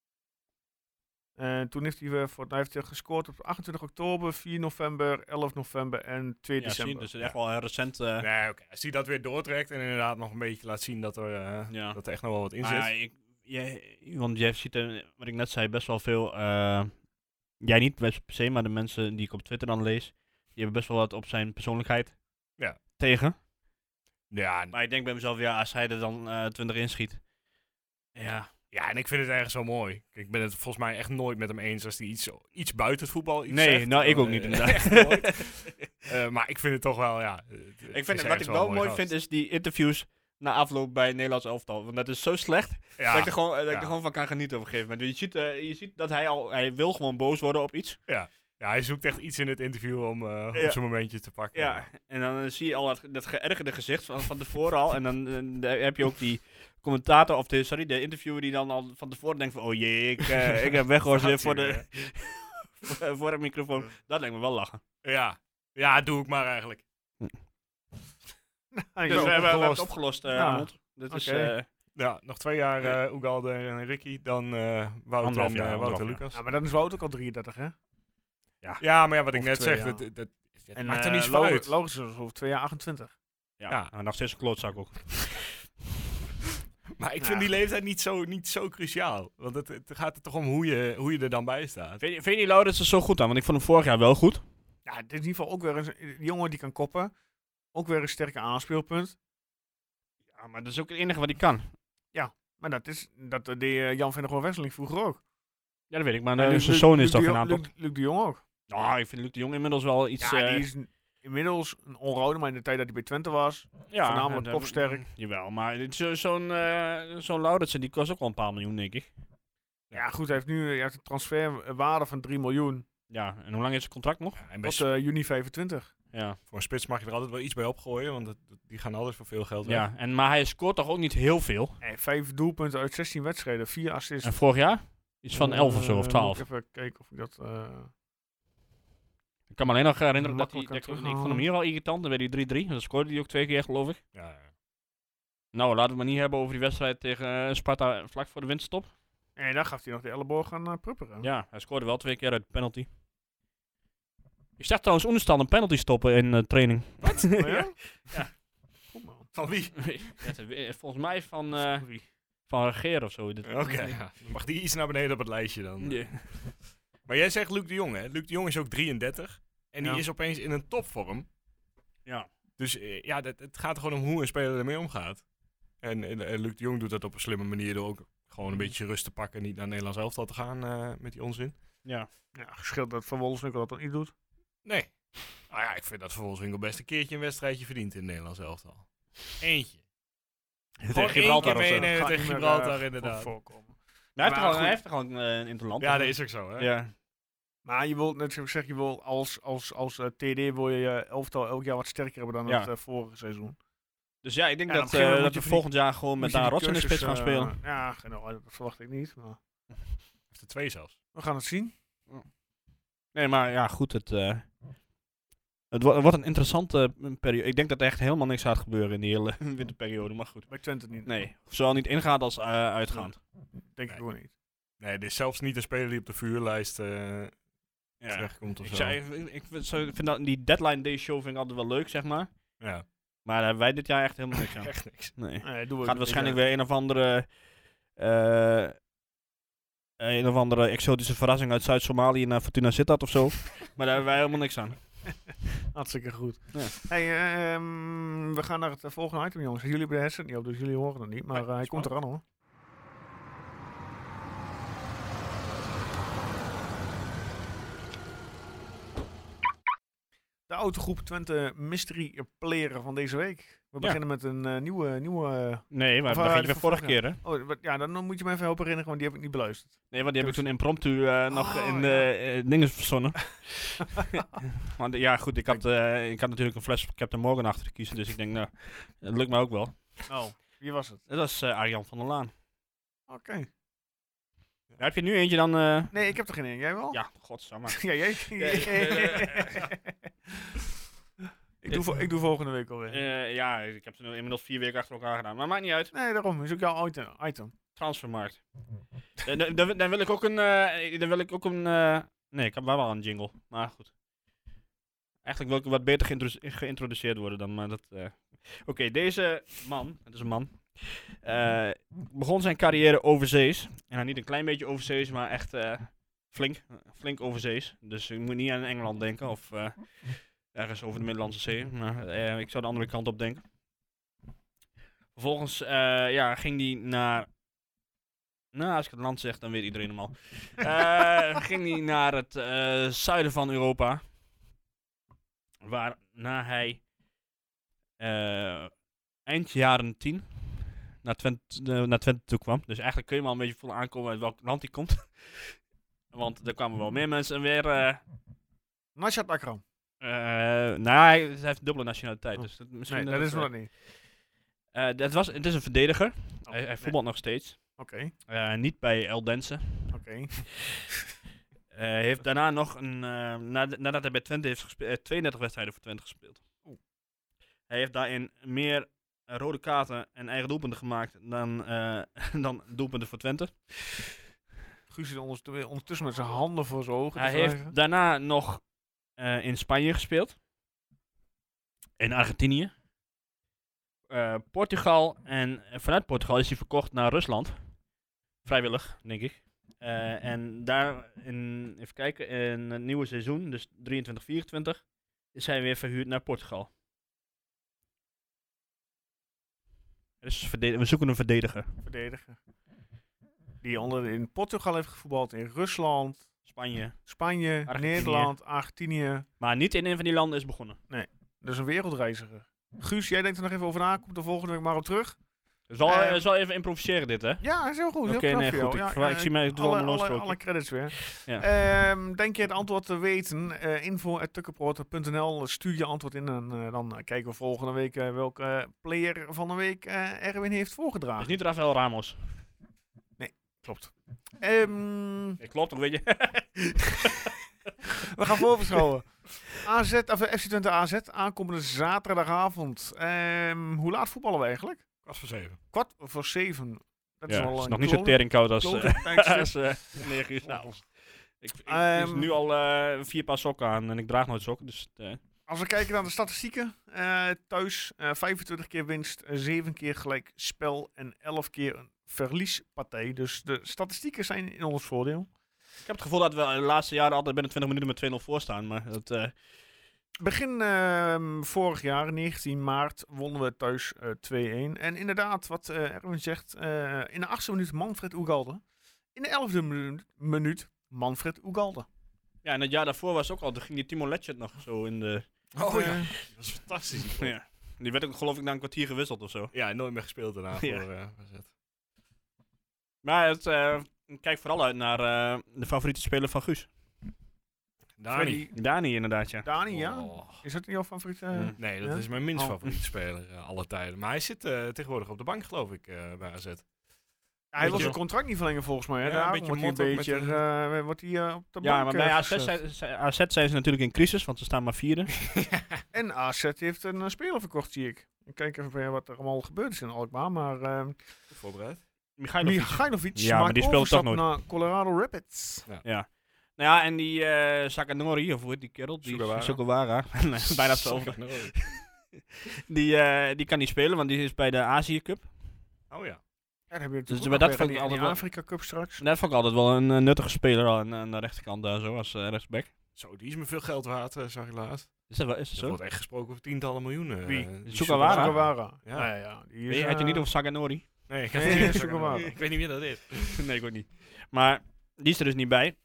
En toen heeft hij, weer voor, hij heeft hij gescoord op achtentwintig oktober, vier november, elf november en twee ja, zie, december. dus het is echt wel een recent. eh, Nee, oké. Als hij dat weer doortrekt en inderdaad nog een beetje laat zien dat er, eh, Ja. dat er echt nog wel wat in maar zit. ja, ik, jij, want jij ziet, er, wat ik net zei, best wel veel. eh, jij niet per se, maar de mensen die ik op Twitter dan lees, die hebben best wel wat op zijn persoonlijkheid Ja. tegen. Ja, Maar ik denk bij mezelf, ja, als hij er dan eh twintig inschiet. Ja, ja, en ik vind het ergens zo mooi. Kijk, ik ben het volgens mij echt nooit met hem eens als hij iets, iets buiten het voetbal iets nee, zegt. nou ik Dan, ook eh, niet inderdaad. echt nooit. Eh, maar ik vind het toch wel, ja. het- het Ik is vind, wat ergens ik wel een mooi gast. vind, is die interviews na afloop bij het Nederlands elftal. Want dat is zo slecht, Ja, dat ik er gewoon, dat ik ja. er gewoon van kan genieten op een gegeven moment. Je ziet, eh, je ziet dat hij al, hij wil gewoon boos worden op iets. ja, hij zoekt echt iets in het interview om, uh, Ja. om zijn momentje te pakken. Ja, en dan eh, zie je al dat, dat geërgerde gezicht van, van tevoren al. En dan eh, daar heb je ook die commentator, of de, sorry, de interviewer die dan al van tevoren denkt van, oh jee, ik, eh, ik heb Weghorst weer voor, de, voor, voor de microfoon. Dat lijkt me wel lachen. Ja, ja, doe ik maar eigenlijk. Hij Dus is we hebben, we hebben het opgelost. opgelost, eh Ja. Arnold. Dit is, Oké. eh, Ja, nog twee jaar uh, Ugalde en Ricky, dan uh, Wouter Anderhalf en jaar, uh, Wouter anderhalf Lucas. Ja, maar dan is Wout ook al drieëntertig, hè? Ja, maar ja, wat ik Of net twee zeg, jaar. dat, dat, dat En maakt er eh, niet zoveel Lo- uit. Logisch is over twee jaar achtentwintig. ja, Ja. nou, nog steeds een klootzak ook. Maar ik Ja. vind die leeftijd niet zo, niet zo cruciaal. Want het, het gaat er toch om hoe je, hoe je er dan bij staat. Vind je, vind je die Laurens er zo goed aan? Want ik vond hem vorig jaar wel goed. Ja, dit is in ieder geval ook weer een een jongen die kan koppen. Ook weer een sterke aanspeelpunt. Ja, maar dat is ook het enige wat hij kan. Maar dat is, dat deed eh, Jan van der Goor-Wesseling vroeger ook. Ja, dat weet ik. Maar En uh, Luc- zijn Luc- zoon Luc is toch de een Jong- aantal. Luc, Luc de Jong ook. Nou, ik vind Luc de Jong inmiddels wel iets... Ja, eh, die is n- inmiddels een onrouder, maar in de tijd dat hij bij Twente was. ja, voornamelijk en, eh, kopsterk. Jawel, maar dit is zo- zo'n eh, zo'n Laurensen, die kost ook wel een paar miljoen, denk ik. Ja, goed, hij heeft nu hij heeft een transferwaarde van drie miljoen. Ja, en hoe lang is zijn contract nog? Ja, en bij Tot eh, juni vijfentwintig. Ja. voor een spits mag je er altijd wel iets bij opgooien, want het- die gaan altijd voor veel geld weg. ja, en, maar hij scoort toch ook niet heel veel. Hey, vijf doelpunten uit zestien wedstrijden, vier assists. En vorig jaar? Iets van elf of zo, of Eh, twaalf. moet ik even kijken of ik dat... eh, Ik kan me alleen nog herinneren dat hij... Makkelijk dat kan ik, ik vond hem hier al irritant, dan werd hij drie drie. Dan scoorde hij ook twee keer, geloof ik. Ja, ja. Nou, laten we het maar niet hebben over die wedstrijd tegen eh, Sparta vlak voor de winterstop. En daar gaf hij nog de elleboog aan uh, Prupperen. Ja, hij scoorde wel twee keer uit de penalty. Ik zag trouwens Oenestal een penalty stoppen in uh, training. Wat? Oh, ja? Ja. Goed man. Van wie? Ja, te- eh, volgens mij van, eh Wie? van Regeer of zo. Dit- Oké, ja. Dan mag die iets naar beneden op het lijstje dan. Ja. Maar jij zegt Luc de Jong, hè? Luc de Jong is ook drieëndertig. En die Ja. is opeens in een topvorm. Ja. Dus eh, ja, dat, het gaat er gewoon om hoe een speler ermee omgaat. En, en, en Luc de Jong doet dat op een slimme manier door ook gewoon een beetje rust te pakken. Niet naar het Nederlands elftal te gaan eh, met die onzin. Ja. Ja, gescheeld dat Van Wolfswinkel dat niet doet. Nee. Nou ja, ik vind dat Van Wolfswinkel best een keertje een wedstrijdje verdient in het Nederlands elftal. Eentje. Gewoon Gibraltar één of keer zo. meenemen Gaat tegen niet meer, Gibraltar eh, inderdaad. voor- voorkomen. Hij heeft, er Maar gewoon, hij goed. heeft er gewoon eh, een interland. Ja, dat is ook zo, hè? Ja. Maar je wilt, net zoals ik zeg, je wil als, als, als uh, T D wil je je elftal elk jaar wat sterker hebben dan Ja. het uh, vorige seizoen. Dus ja, ik denk Ja, op dat, een gegeven eh, moment dat we moet je volgend jaar gewoon met Moet je Daan die Rots in de cursus, spits gaan uh, spelen. Ja, nou, dat verwacht ik niet. Maar Heeft er twee zelfs. we gaan het zien. Nee, maar ja, goed. Het, eh, het wo- wordt een interessante uh, periode. Ik denk dat er echt helemaal niks gaat gebeuren in die hele winterperiode. Maar goed. Bij Twente niet. Nee, zowel niet ingaand als uh, uitgaand. Denk ik Nee. gewoon niet. Nee, er is zelfs niet een speler die op de vuurlijst eh Ja. terechtkomt of Ik, zo. zei, ik, ik vind, zo- ik vind dat, die deadline day show vind ik altijd wel leuk, zeg maar. Ja, Maar daar hebben wij dit jaar echt helemaal niks aan. echt niks. Nee. Nee, doen we Gaat waarschijnlijk weer een of andere... eh, uh, een of andere exotische verrassing uit Zuid-Somalië naar Fortuna Sittard of zo. Maar daar hebben wij helemaal niks aan. Hartstikke goed. Ja. Hey, um, we gaan naar het volgende item, jongens. Jullie hebben de headset niet op, dus jullie horen het niet. Maar uh, hij komt eraan, hoor. De autogroep Twente Mystery Player van deze week. We Ja. beginnen met een uh, nieuwe... nieuwe Nee, maar Of, dat uh, ging je die de vorige van keer, hè? oh, wat- ja, dan moet je me even helpen herinneren, want die heb ik niet beluisterd. Nee, want die heb ik Dus- toen impromptu uh, nog Oh, in ja. de uh, dingen verzonnen. Want ja, goed, ik had, uh, ik had natuurlijk een fles Captain Morgan achter te kiezen, dus ik denk, nou, dat lukt me ook wel. Oh, wie was het? Dat is uh, Arjan van der Laan. Oké. Ja, heb je nu eentje dan? Uh... Nee, ik heb er geen in. Jij wel? Ja, godsamme. Ja, jij? ik, doe, vo- ik doe volgende week alweer. Uh, ja, ik heb ze nu inmiddels vier weken achter elkaar gedaan, maar maakt niet uit. Nee, daarom. Is ook jouw item. item. Transfermarkt. uh, dan, dan, dan wil ik ook een, uh, dan wil ik ook een, uh, nee, ik heb wel wel een jingle, maar goed. Eigenlijk wil ik wat beter geïntrodu- geïntroduceerd worden dan uh, dat. Uh. Oké, okay, deze man, het is een man, uh, begon zijn carrière overzees. En nou, niet een klein beetje overzees, maar echt uh, flink, flink overzees. Dus je moet niet aan Engeland denken of uh, ergens over de Middellandse Zee. Maar uh, ik zou de andere kant op denken. Vervolgens uh, ja, ging hij naar... Nou, als ik het land zeg, dan weet iedereen hem al. Uh, ging hij naar het uh, zuiden van Europa. Waarna hij uh, eind jaren tien naar Twente, uh, naar Twente toe kwam. Dus eigenlijk kun je wel een beetje voelen aankomen uit welk land hij komt. Want er kwamen wel meer mensen weer... Uh, Nashat Akram. uh, nou, hij, hij heeft dubbele nationaliteit. Oh. Dus dat, misschien Nee, dat is uh, nog niet. uh, dat was, het is een verdediger. Oh, hij hij nee. voetbalt nog steeds. Oké, Uh, niet bij Eldense. oké. Hij uh, heeft daarna nog een. Uh, nad- nadat hij bij Twente heeft gespeeld. Uh, tweeëndertig wedstrijden voor Twente gespeeld. Oeh. Hij heeft daarin meer uh, rode kaarten en eigen doelpunten gemaakt dan, uh, dan doelpunten voor Twente. Guus zit onderst- ondertussen met zijn handen voor zijn ogen. Hij te heeft wrijven. daarna nog uh, in Spanje gespeeld. In Argentinië. Uh, Portugal. En vanuit Portugal is hij verkocht naar Rusland. Vrijwillig, denk ik. Uh, en daar, in, even kijken, in het nieuwe seizoen, dus drieëntwintig vierentwintig, is hij weer verhuurd naar Portugal. Dus verde- we zoeken een verdediger. Verdediger. Die onder in Portugal heeft gevoetbald, in Rusland, Spanje. Spanje, Argentinië. Nederland, Argentinië. Maar niet in een van die landen is begonnen. Dus een wereldreiziger. Guus, jij denkt er nog even over na. Komt er volgende week maar op terug. Zal, Uh, uh, zal even improviseren dit, hè? Ja, is heel goed. Oké, Heel knap nee, voor goed. jou. Ik, Ja, ik eh, zie mij, ik doe alle, wel een alle, loonstrookje. alle credits weer. Ja. Ehm, denk je het antwoord te weten? Uh, info at tukkenproot punt n l. Stuur je antwoord in en uh, dan uh, kijken we volgende week uh, welke uh, player van de week uh, Erwin heeft voorgedragen. Dat is niet Rafael Ramos. Klopt. Um, Ik klopt toch, weet je? we gaan voorbeschouwen. A Z, of F C Twente A Z, aankomende zaterdagavond. Um, hoe laat voetballen we eigenlijk? Kwart voor zeven. Kwart voor zeven. Dat is Ja, wel is een nog niet zo klote- teringkoud als, klote uh, tijdstip. als uh, negen uur s'avonds. Ik, ik Ehm, is nu al uh, vier paar sokken aan en ik draag nooit sokken, dus... Uh, Als we kijken naar de statistieken. Uh, thuis uh, vijfentwintig keer winst, uh, zeven keer gelijk spel en elf keer een verliespartij. Dus de statistieken zijn in ons voordeel. ik heb het gevoel dat we de laatste jaren altijd binnen twintig minuten met twee nul voor staan, maar dat... Uh, Begin uh, vorig jaar, negentien maart, wonnen we thuis uh, twee-een. En inderdaad, wat uh, Erwin zegt, uh, in de achtste minuut Manfred Ugalde. In de elfde minuut, minuut Manfred Ugalde. ja, en het jaar daarvoor was ook al, toen ging die Timo Letchert nog zo in de... Oh ja, Uh, dat is fantastisch. Ja. Die werd ook geloof ik na een kwartier gewisseld of zo. Ja, nooit meer gespeeld daarna Ja. voor uh, A Z. Maar het, uh, ik kijk vooral uit naar uh, de favoriete speler van Guus. Dani. Freddy, Dani inderdaad, ja. Dani, ja? Oh. Is dat jouw favoriete? Uh, Mm. Nee, dat Ja? is mijn minst Oh. favoriete speler uh, alle tijden. Maar hij zit uh, tegenwoordig op de bank, geloof ik, uh, bij A Z. Hij wil Beetje- zijn contract niet verlengen volgens mij. Hè? Ja, Daarom een beetje wordt hij een mot ook met beetje uh, wordt hij, uh, op de Ja, bank maar uh, bij A Z gezet. zijn, zijn- A Z zijn ze natuurlijk in crisis, want ze staan maar vierde. En A Z heeft een uh, speler verkocht, zie ik. Ik kijk even bij wat er allemaal gebeurd is in Alkmaar. Maar uh, Goed voorbereid. Michailovic. Michailovic Ja, maar maakt die speelt toch overstap naar Colorado Rapids. Ja. Nou ja, en die uh, Sakanori, of hoe heet die kerel? Die Sugawara. Sugawara. Nee, bijna hetzelfde. Die, uh, die kan niet spelen, want die is bij de Azië Cup. Oh ja. Ja, dan heb je Dus natuurlijk bij ook dat nog vond weer ik in die- altijd in die wel- Afrika Cup straks. Dat vond ik altijd wel een uh, nuttige speler aan, aan de rechterkant daar zo, als uh, rechtsback. Zo, die is me veel geld waard, uh, zag ik laatst. Is dat, wel, is dat Er zo? wordt echt gesproken over tientallen miljoenen. Wie? Uh, die Sugawara? Sugawara. Ja. Ja, ja, ja. Die Nee, is, had je eh, niet over Saganori? Nee, ik, Nee, niet Sugawara. ik weet niet wie dat is. Nee, ik ook niet. Maar die is er dus niet bij.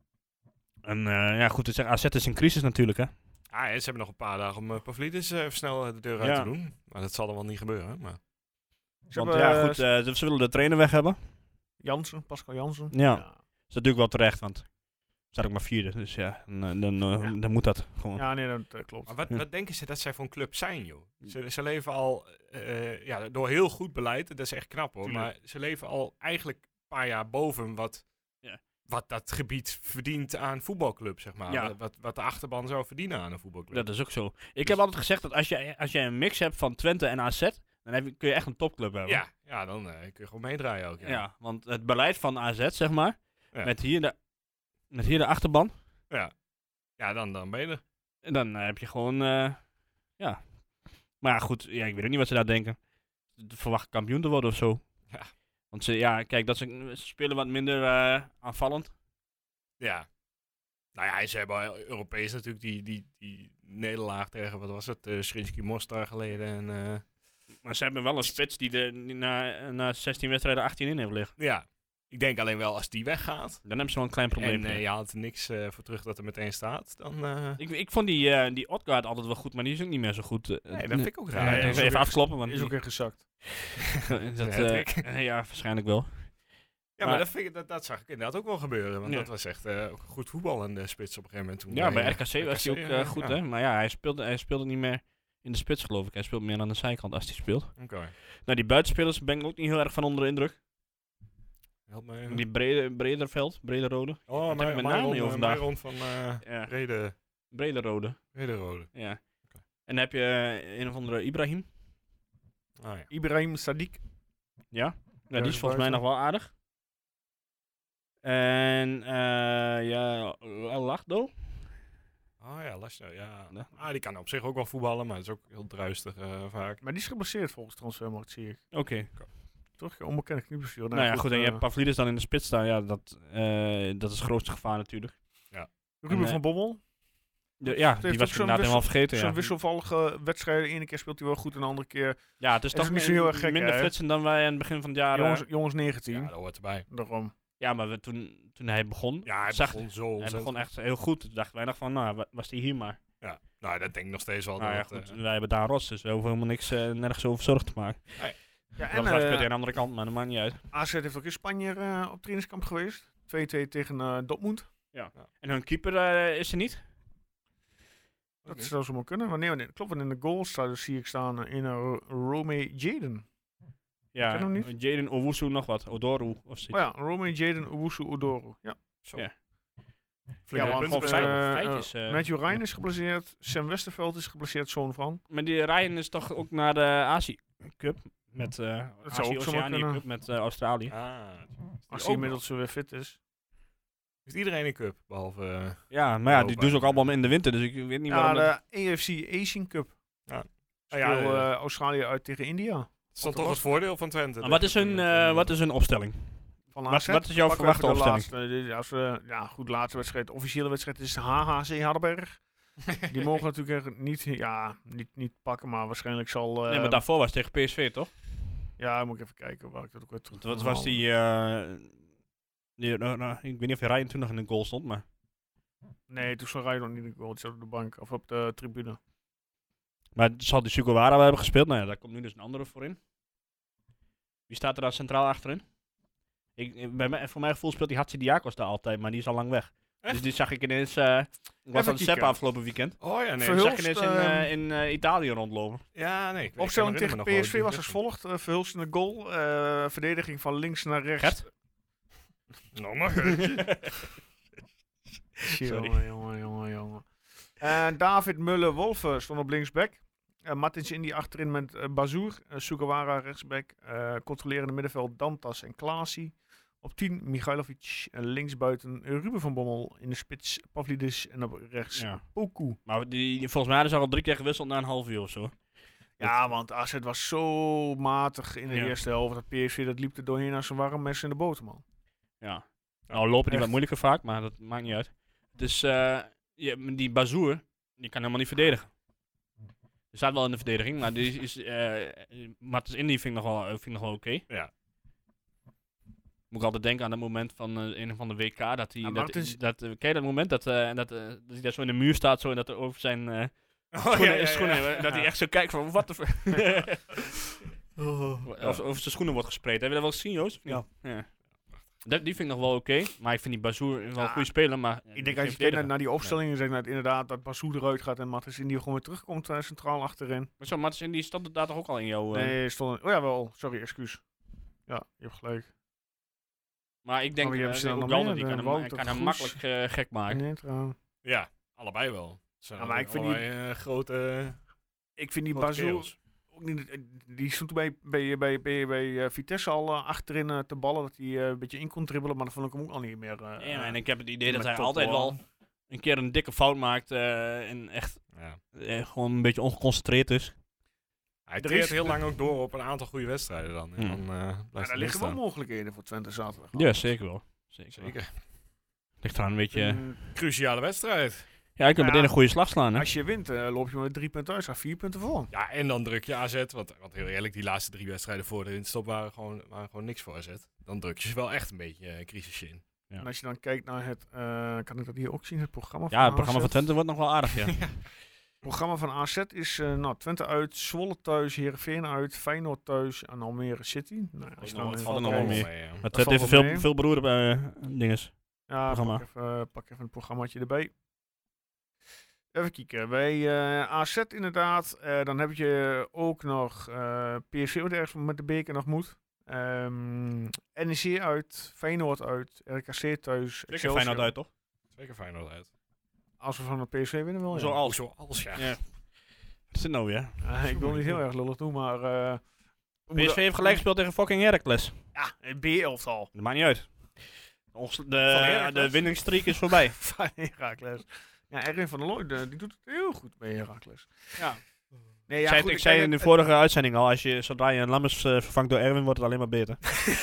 En uh, ja, goed te zeggen, A Z is in crisis natuurlijk, hè. Ah, en ze hebben nog een paar dagen om uh, Pavlidis uh, even snel uh, de deur uit Ja. te doen. Maar dat zal er wel niet gebeuren. Maar... Ze Want hebben, ja, eh, goed, uh, ze willen de trainer weg hebben. Jansen, Pascal Jansen. Ja. Dat is natuurlijk wel terecht, want staat ook maar vierde. Dus ja, dan, dan, uh, Ja. dan moet dat gewoon. Ja, nee, dat uh, klopt. Maar wat, Ja. wat denken ze dat zij voor een club zijn, joh? Ze, ze leven al uh, ja, door heel goed beleid, dat is echt knap hoor. Tuurlijk. Maar ze leven al eigenlijk een paar jaar boven wat, Ja. wat dat gebied verdient aan voetbalclub, zeg maar. Ja. Wat- Wat, wat de achterban zou verdienen aan een voetbalclub. Dat is ook zo. Ik Dus- heb altijd gezegd dat als je, als je een mix hebt van Twente en A Z, dan heb je, kun je echt een topclub hebben. ja, ja, dan uh, kun je gewoon meedraaien ook. Ja. Ja, want het beleid van A Z, zeg maar, Ja. met, hier de, met hier de achterban, Ja, ja dan, dan ben je er. en dan uh, heb je gewoon, uh, ja. Maar ja, goed, ja, ik weet ook niet wat ze daar denken. Ze verwachten kampioen te worden of zo. Ja. Want ze, ja, kijk, dat ze, ze spelen wat minder uh, aanvallend. Ja. Nou ja, ze hebben Europees natuurlijk die, die, die nederlaag tegen, wat was het, uh, Srinski Mostar geleden. En, uh, Maar ze hebben wel een spits die, de, die na, na zestien wedstrijden achttien in heeft liggen. ja, ik denk alleen wel als die weggaat Dan hebben ze wel een klein probleem. en uh, je haalt er niks uh, voor terug dat er meteen staat, dan... Uh, ik, ik vond die, uh, die Odgaard altijd wel goed, maar die is ook niet meer zo goed. Uh, nee, dat vind ik ook Ja, raar. Nee, even, is ook even echt- afkloppen, want Is ook die- echt gezakt. dat, Een uh, hat-trick. uh, ja, waarschijnlijk wel. Ja, maar Maar- dat, vind ik, dat, dat zag ik inderdaad ook wel gebeuren. Want Ja. dat was echt uh, ook goed voetbal in de spits op een gegeven moment. Toen Ja, bij uh, R K C was hij ook uh, uh, goed, ja. hè. Maar ja, hij speelde, hij speelde niet meer in de spits, geloof ik. Hij speelt meer aan de zijkant als hij speelt. Oké. Nou, die buitenspelers ben ik ook niet heel erg van onder de indruk. Help me even. Die brede, Brederveld, Brederode. Oh, heb ik met naam niet over vandaag. rond van uh, Ja, Rede, Brederode, Rederode. ja. Oké. En dan heb je uh, een of andere Ibrahim. Ah, ja. Ibrahim Sadiq. Ja, ja Ja, die is volgens mij nog buiten. wel aardig. En uh, ja, Lachdo. Oh ja, Lasje, ja. Ja. Ah, die kan op zich ook wel voetballen, maar dat is ook heel druistig uh, vaak. Maar die is geblesseerd volgens Transfermarkt, zie ik. Oké. Okay. Toch? Onbekende knieblessure. Nou ja, goed, en je eh, hebt Pavlidis dan in de spits staan. Ja, dat, uh, dat is het grootste gevaar natuurlijk. Ruben en, eh, van Bommel. De, ja, heeft die ook was ik zo'n inderdaad helemaal wissel- vergeten. Zo'n Ja. wisselvallige wedstrijden. De ene keer speelt hij wel goed en de andere keer... ja, het is is toch ook niet zo min- heel erg gek, minder hè? flitsen dan wij aan het begin van het jaar. jongens, uh, jongens negentien. Ja, dat hoort erbij. Daarom. ja, maar we, toen, toen hij begon, Ja, hij zag, begon zo hij ontzettend begon echt heel goed. Toen dachten wij nog van, nou, wa- was hij hier maar. Ja, nou, dat denk ik nog steeds wel. Nou ja, dat het, goed, uh, wij hebben daar rots, dus we hoeven helemaal niks, uh, nergens over zorgen te maken. Ja, En en uh, speelt hij uh, aan de andere kant, maar dat maakt niet uit. A Z heeft ook in Spanje uh, op trainingskamp geweest. twee-twee tegen uh, Dortmund. En hun keeper uh, is er niet? Dat oké. zou zomaar kunnen. Wanneer, nee, klopt, want in de goal staat, dus zie ik staan uh, in uh, Rome Jaden. Ja, Ken hem niet? Jaden Owusu nog wat, Odoru of zoiets. Oh ja, Rome Jaden Owusu Odoro. Ja. Zo. Ja. Flinke want, punten gewoon zijn feit- er. eh, feitjes, eh, eh, Matthew Ryan ja. is geblesseerd. Sam Westerveld is geblesseerd, zoon van. Maar die Ryan is toch ook naar de Azië Cup met uh, zou ook zomaar Azië-Oceanië kunnen. Cup met uh, Australië. Ah, Als ook hij inmiddels weer fit is. heeft iedereen een cup, behalve... uh, Ja, maar ja, die Europa. doen ze ook allemaal in de winter, dus ik weet niet Ja, waarom. dat- de A F C Asian Cup. Ja. Speel ja, ja, ja. uh, Australië uit tegen India. dat is dan Wat toch was- het voordeel van Twente. Maar dat wat is je- hun, dat, uh, uh, wat is hun opstelling? Van Wat- A Z. wat is jouw Pakken we verwachte even de opstelling? laatste, eh, als we, ja, goed, laatste wedstrijd. De officiële wedstrijd is H H C Hardenberg. Die mogen natuurlijk echt niet, ja, niet, niet pakken, maar waarschijnlijk zal... Uh, nee, maar daarvoor was het tegen P S V, toch? Ja, moet ik even kijken waar ik dat ook weer terug Wat kan was halen. die... Uh, die nou, nou, ik weet niet of Ryan toen nog in de goal stond, maar... Nee, toen stond Ryan nog niet in de goal. Die zat op de bank of op de tribune. Maar zal die Sugawara wel hebben gespeeld? Nou ja, daar komt nu dus een andere voor in. Wie staat er dan centraal achterin? Ik, bij mij, voor mijn gevoel speelt die Hatzidiakos daar altijd, maar die is al lang weg. Echt? Dus die zag ik ineens... Uh, was Even aan het kijken. steppen afgelopen weekend. Oh ja, nee. Verhul- Die zag ik ineens in, Verhulst, uh, in uh, Italië rondlopen. Ja, nee. ik- ik Opstelling herinner tegen me nog P S V wel was die als volgt. Uh, Verhulst in de goal. Uh, verdediging van links naar rechts. Gert? Nou, maar. Sorry. Jongen, jongen, jongen, jongen. En David Muller-Wolfe stond op linksback. Uh, Martins Indy achterin met uh, Bazoer. Uh, Sugawara rechtsback. Uh, controlerende middenveld Dantas en Klaasie. Op tien Michailovic. En linksbuiten uh, Ruben van Bommel. In de spits Pavlidis. En op rechts Ja. Poku. Maar die, die- volgens mij hadden ze al drie keer gewisseld na een half uur of zo. Ja, want A Z was zo matig in de Ja. eerste helft. Dat P S V dat liep er doorheen als een warm mes in de boter, man. Ja. Nou, lopen die echt. wat moeilijker vaak, maar dat maakt niet uit. Dus eh, je, die Bazoer, die kan helemaal niet verdedigen. Er staat wel in de verdediging, maar die is, eh Martens Indy vind ik nog wel, vind ik nog wel oké. Ja. Moet ik altijd denken aan dat moment van eh, een van de W K, dat hij, Ja, dat, Martens- dat, eh, ken je dat moment, dat, eh, dat, eh, dat hij daar zo in de muur staat, zo, en dat er over zijn eh, Oh, schoenen, ja, ja, ja. schoenen, dat hij echt zo kijkt van, wat de f- Oh. Of over zijn schoenen wordt gespreid. Heb je dat wel gezien, Joost? Ja. ja. Dat, die vind ik nog wel oké, maar ik vind die Bazoer wel Ja, een goede speler, maar... Ik denk als je kijkt naar, naar die opstellingen, zeg dat inderdaad dat Bassou eruit gaat en Martens Indy gewoon weer terugkomt uh, centraal achterin. Maar zo, Martens Indy stond daar toch ook al in jouw... eh, Nee, stond. Oh ja, wel. Sorry, excuus. Ja, je hebt gelijk. Maar ik denk, Oh, wie uh, hebben ze dan nog Ugalde, meer? die De kan hem, Wouter kan hem Goes. makkelijk eh, gek maken. Nee, trouwens. Ja, allebei wel. Het zijn Ja, maar ik vind allebei, eh, grote, Ik vind die grote Bazoer kerels. ook niet. eh, Die stond bij, bij, bij, bij, bij eh, Vitesse al uh, achterin uh, te ballen. Dat hij uh, een beetje in kon dribbelen, maar dat vond ik hem ook al niet meer. Uh, Ja, en ik heb het idee dat met hij top, altijd hoor. wel een keer een dikke fout maakt uh, en echt Ja. uh, gewoon een beetje ongeconcentreerd is. Hij Er treedt is- heel lang ook door op een aantal goede wedstrijden dan. En Hmm. dan uh, maar blijft daar hij liggen wel staan. mogelijkheden voor Twente zaterdag. Ja, zeker wel. Zeker. wel. Zeker. Ligt eraan een beetje... En Cruciale wedstrijd. ja, ik kan ja, meteen een goede slag slaan, hè? als je wint, uh, loop je met drie punten uit, staat vier punten voor. Ja, en dan druk je A Z, want, want heel eerlijk, die laatste drie wedstrijden voor de winststop waren gewoon, waren gewoon niks voor A Z. Dan druk je ze wel echt een beetje uh, crisisje in. Ja. En als je dan kijkt naar het, uh, kan ik dat hier ook zien, het programma van Ja, het programma A Z? van Twente wordt nog wel aardig, ja. Het programma van A Z is uh, nou, Twente uit, Zwolle thuis, Heerenveen uit, Feyenoord thuis en Almere City. Nou, ja, als je nog dan wat even valt er nog kijkt- wel mee. mee, ja. Maar Dat Twente heeft valt veel, wel mee. veel beroerde uh, dinges. Ja, programma. pak even, pak even een programmaatje erbij. Even kijken. Bij uh, A Z inderdaad. Uh, dan heb je ook nog uh, P S V wat ergens met de beker nog moet. Um, N E C uit, Feyenoord uit, R K C thuis. Ik heb Feyenoord uit, toch? Twee keer Feyenoord uit. Als we van de P S V winnen wel, ja. Zo als. Zo als, ja. Ja. Wat is het nou weer? Uh, ik wil niet heel erg lullig doen, maar... Uh, P S V heeft gelijk gespeeld tegen fucking Heracles. Ja, een B-elftal. Dat maakt niet uit. Ons- De, Heracles? de winningstreak is voorbij. Van Heracles. Ja, Erwin van der Looy, de- die doet het heel goed bij Heracles. Ja. Nee, ik ja, zei, goed, ik zei kijk, in de het- vorige uitzending al, als je, zodra je een Lammers uh, vervangt door Erwin, wordt het alleen maar beter.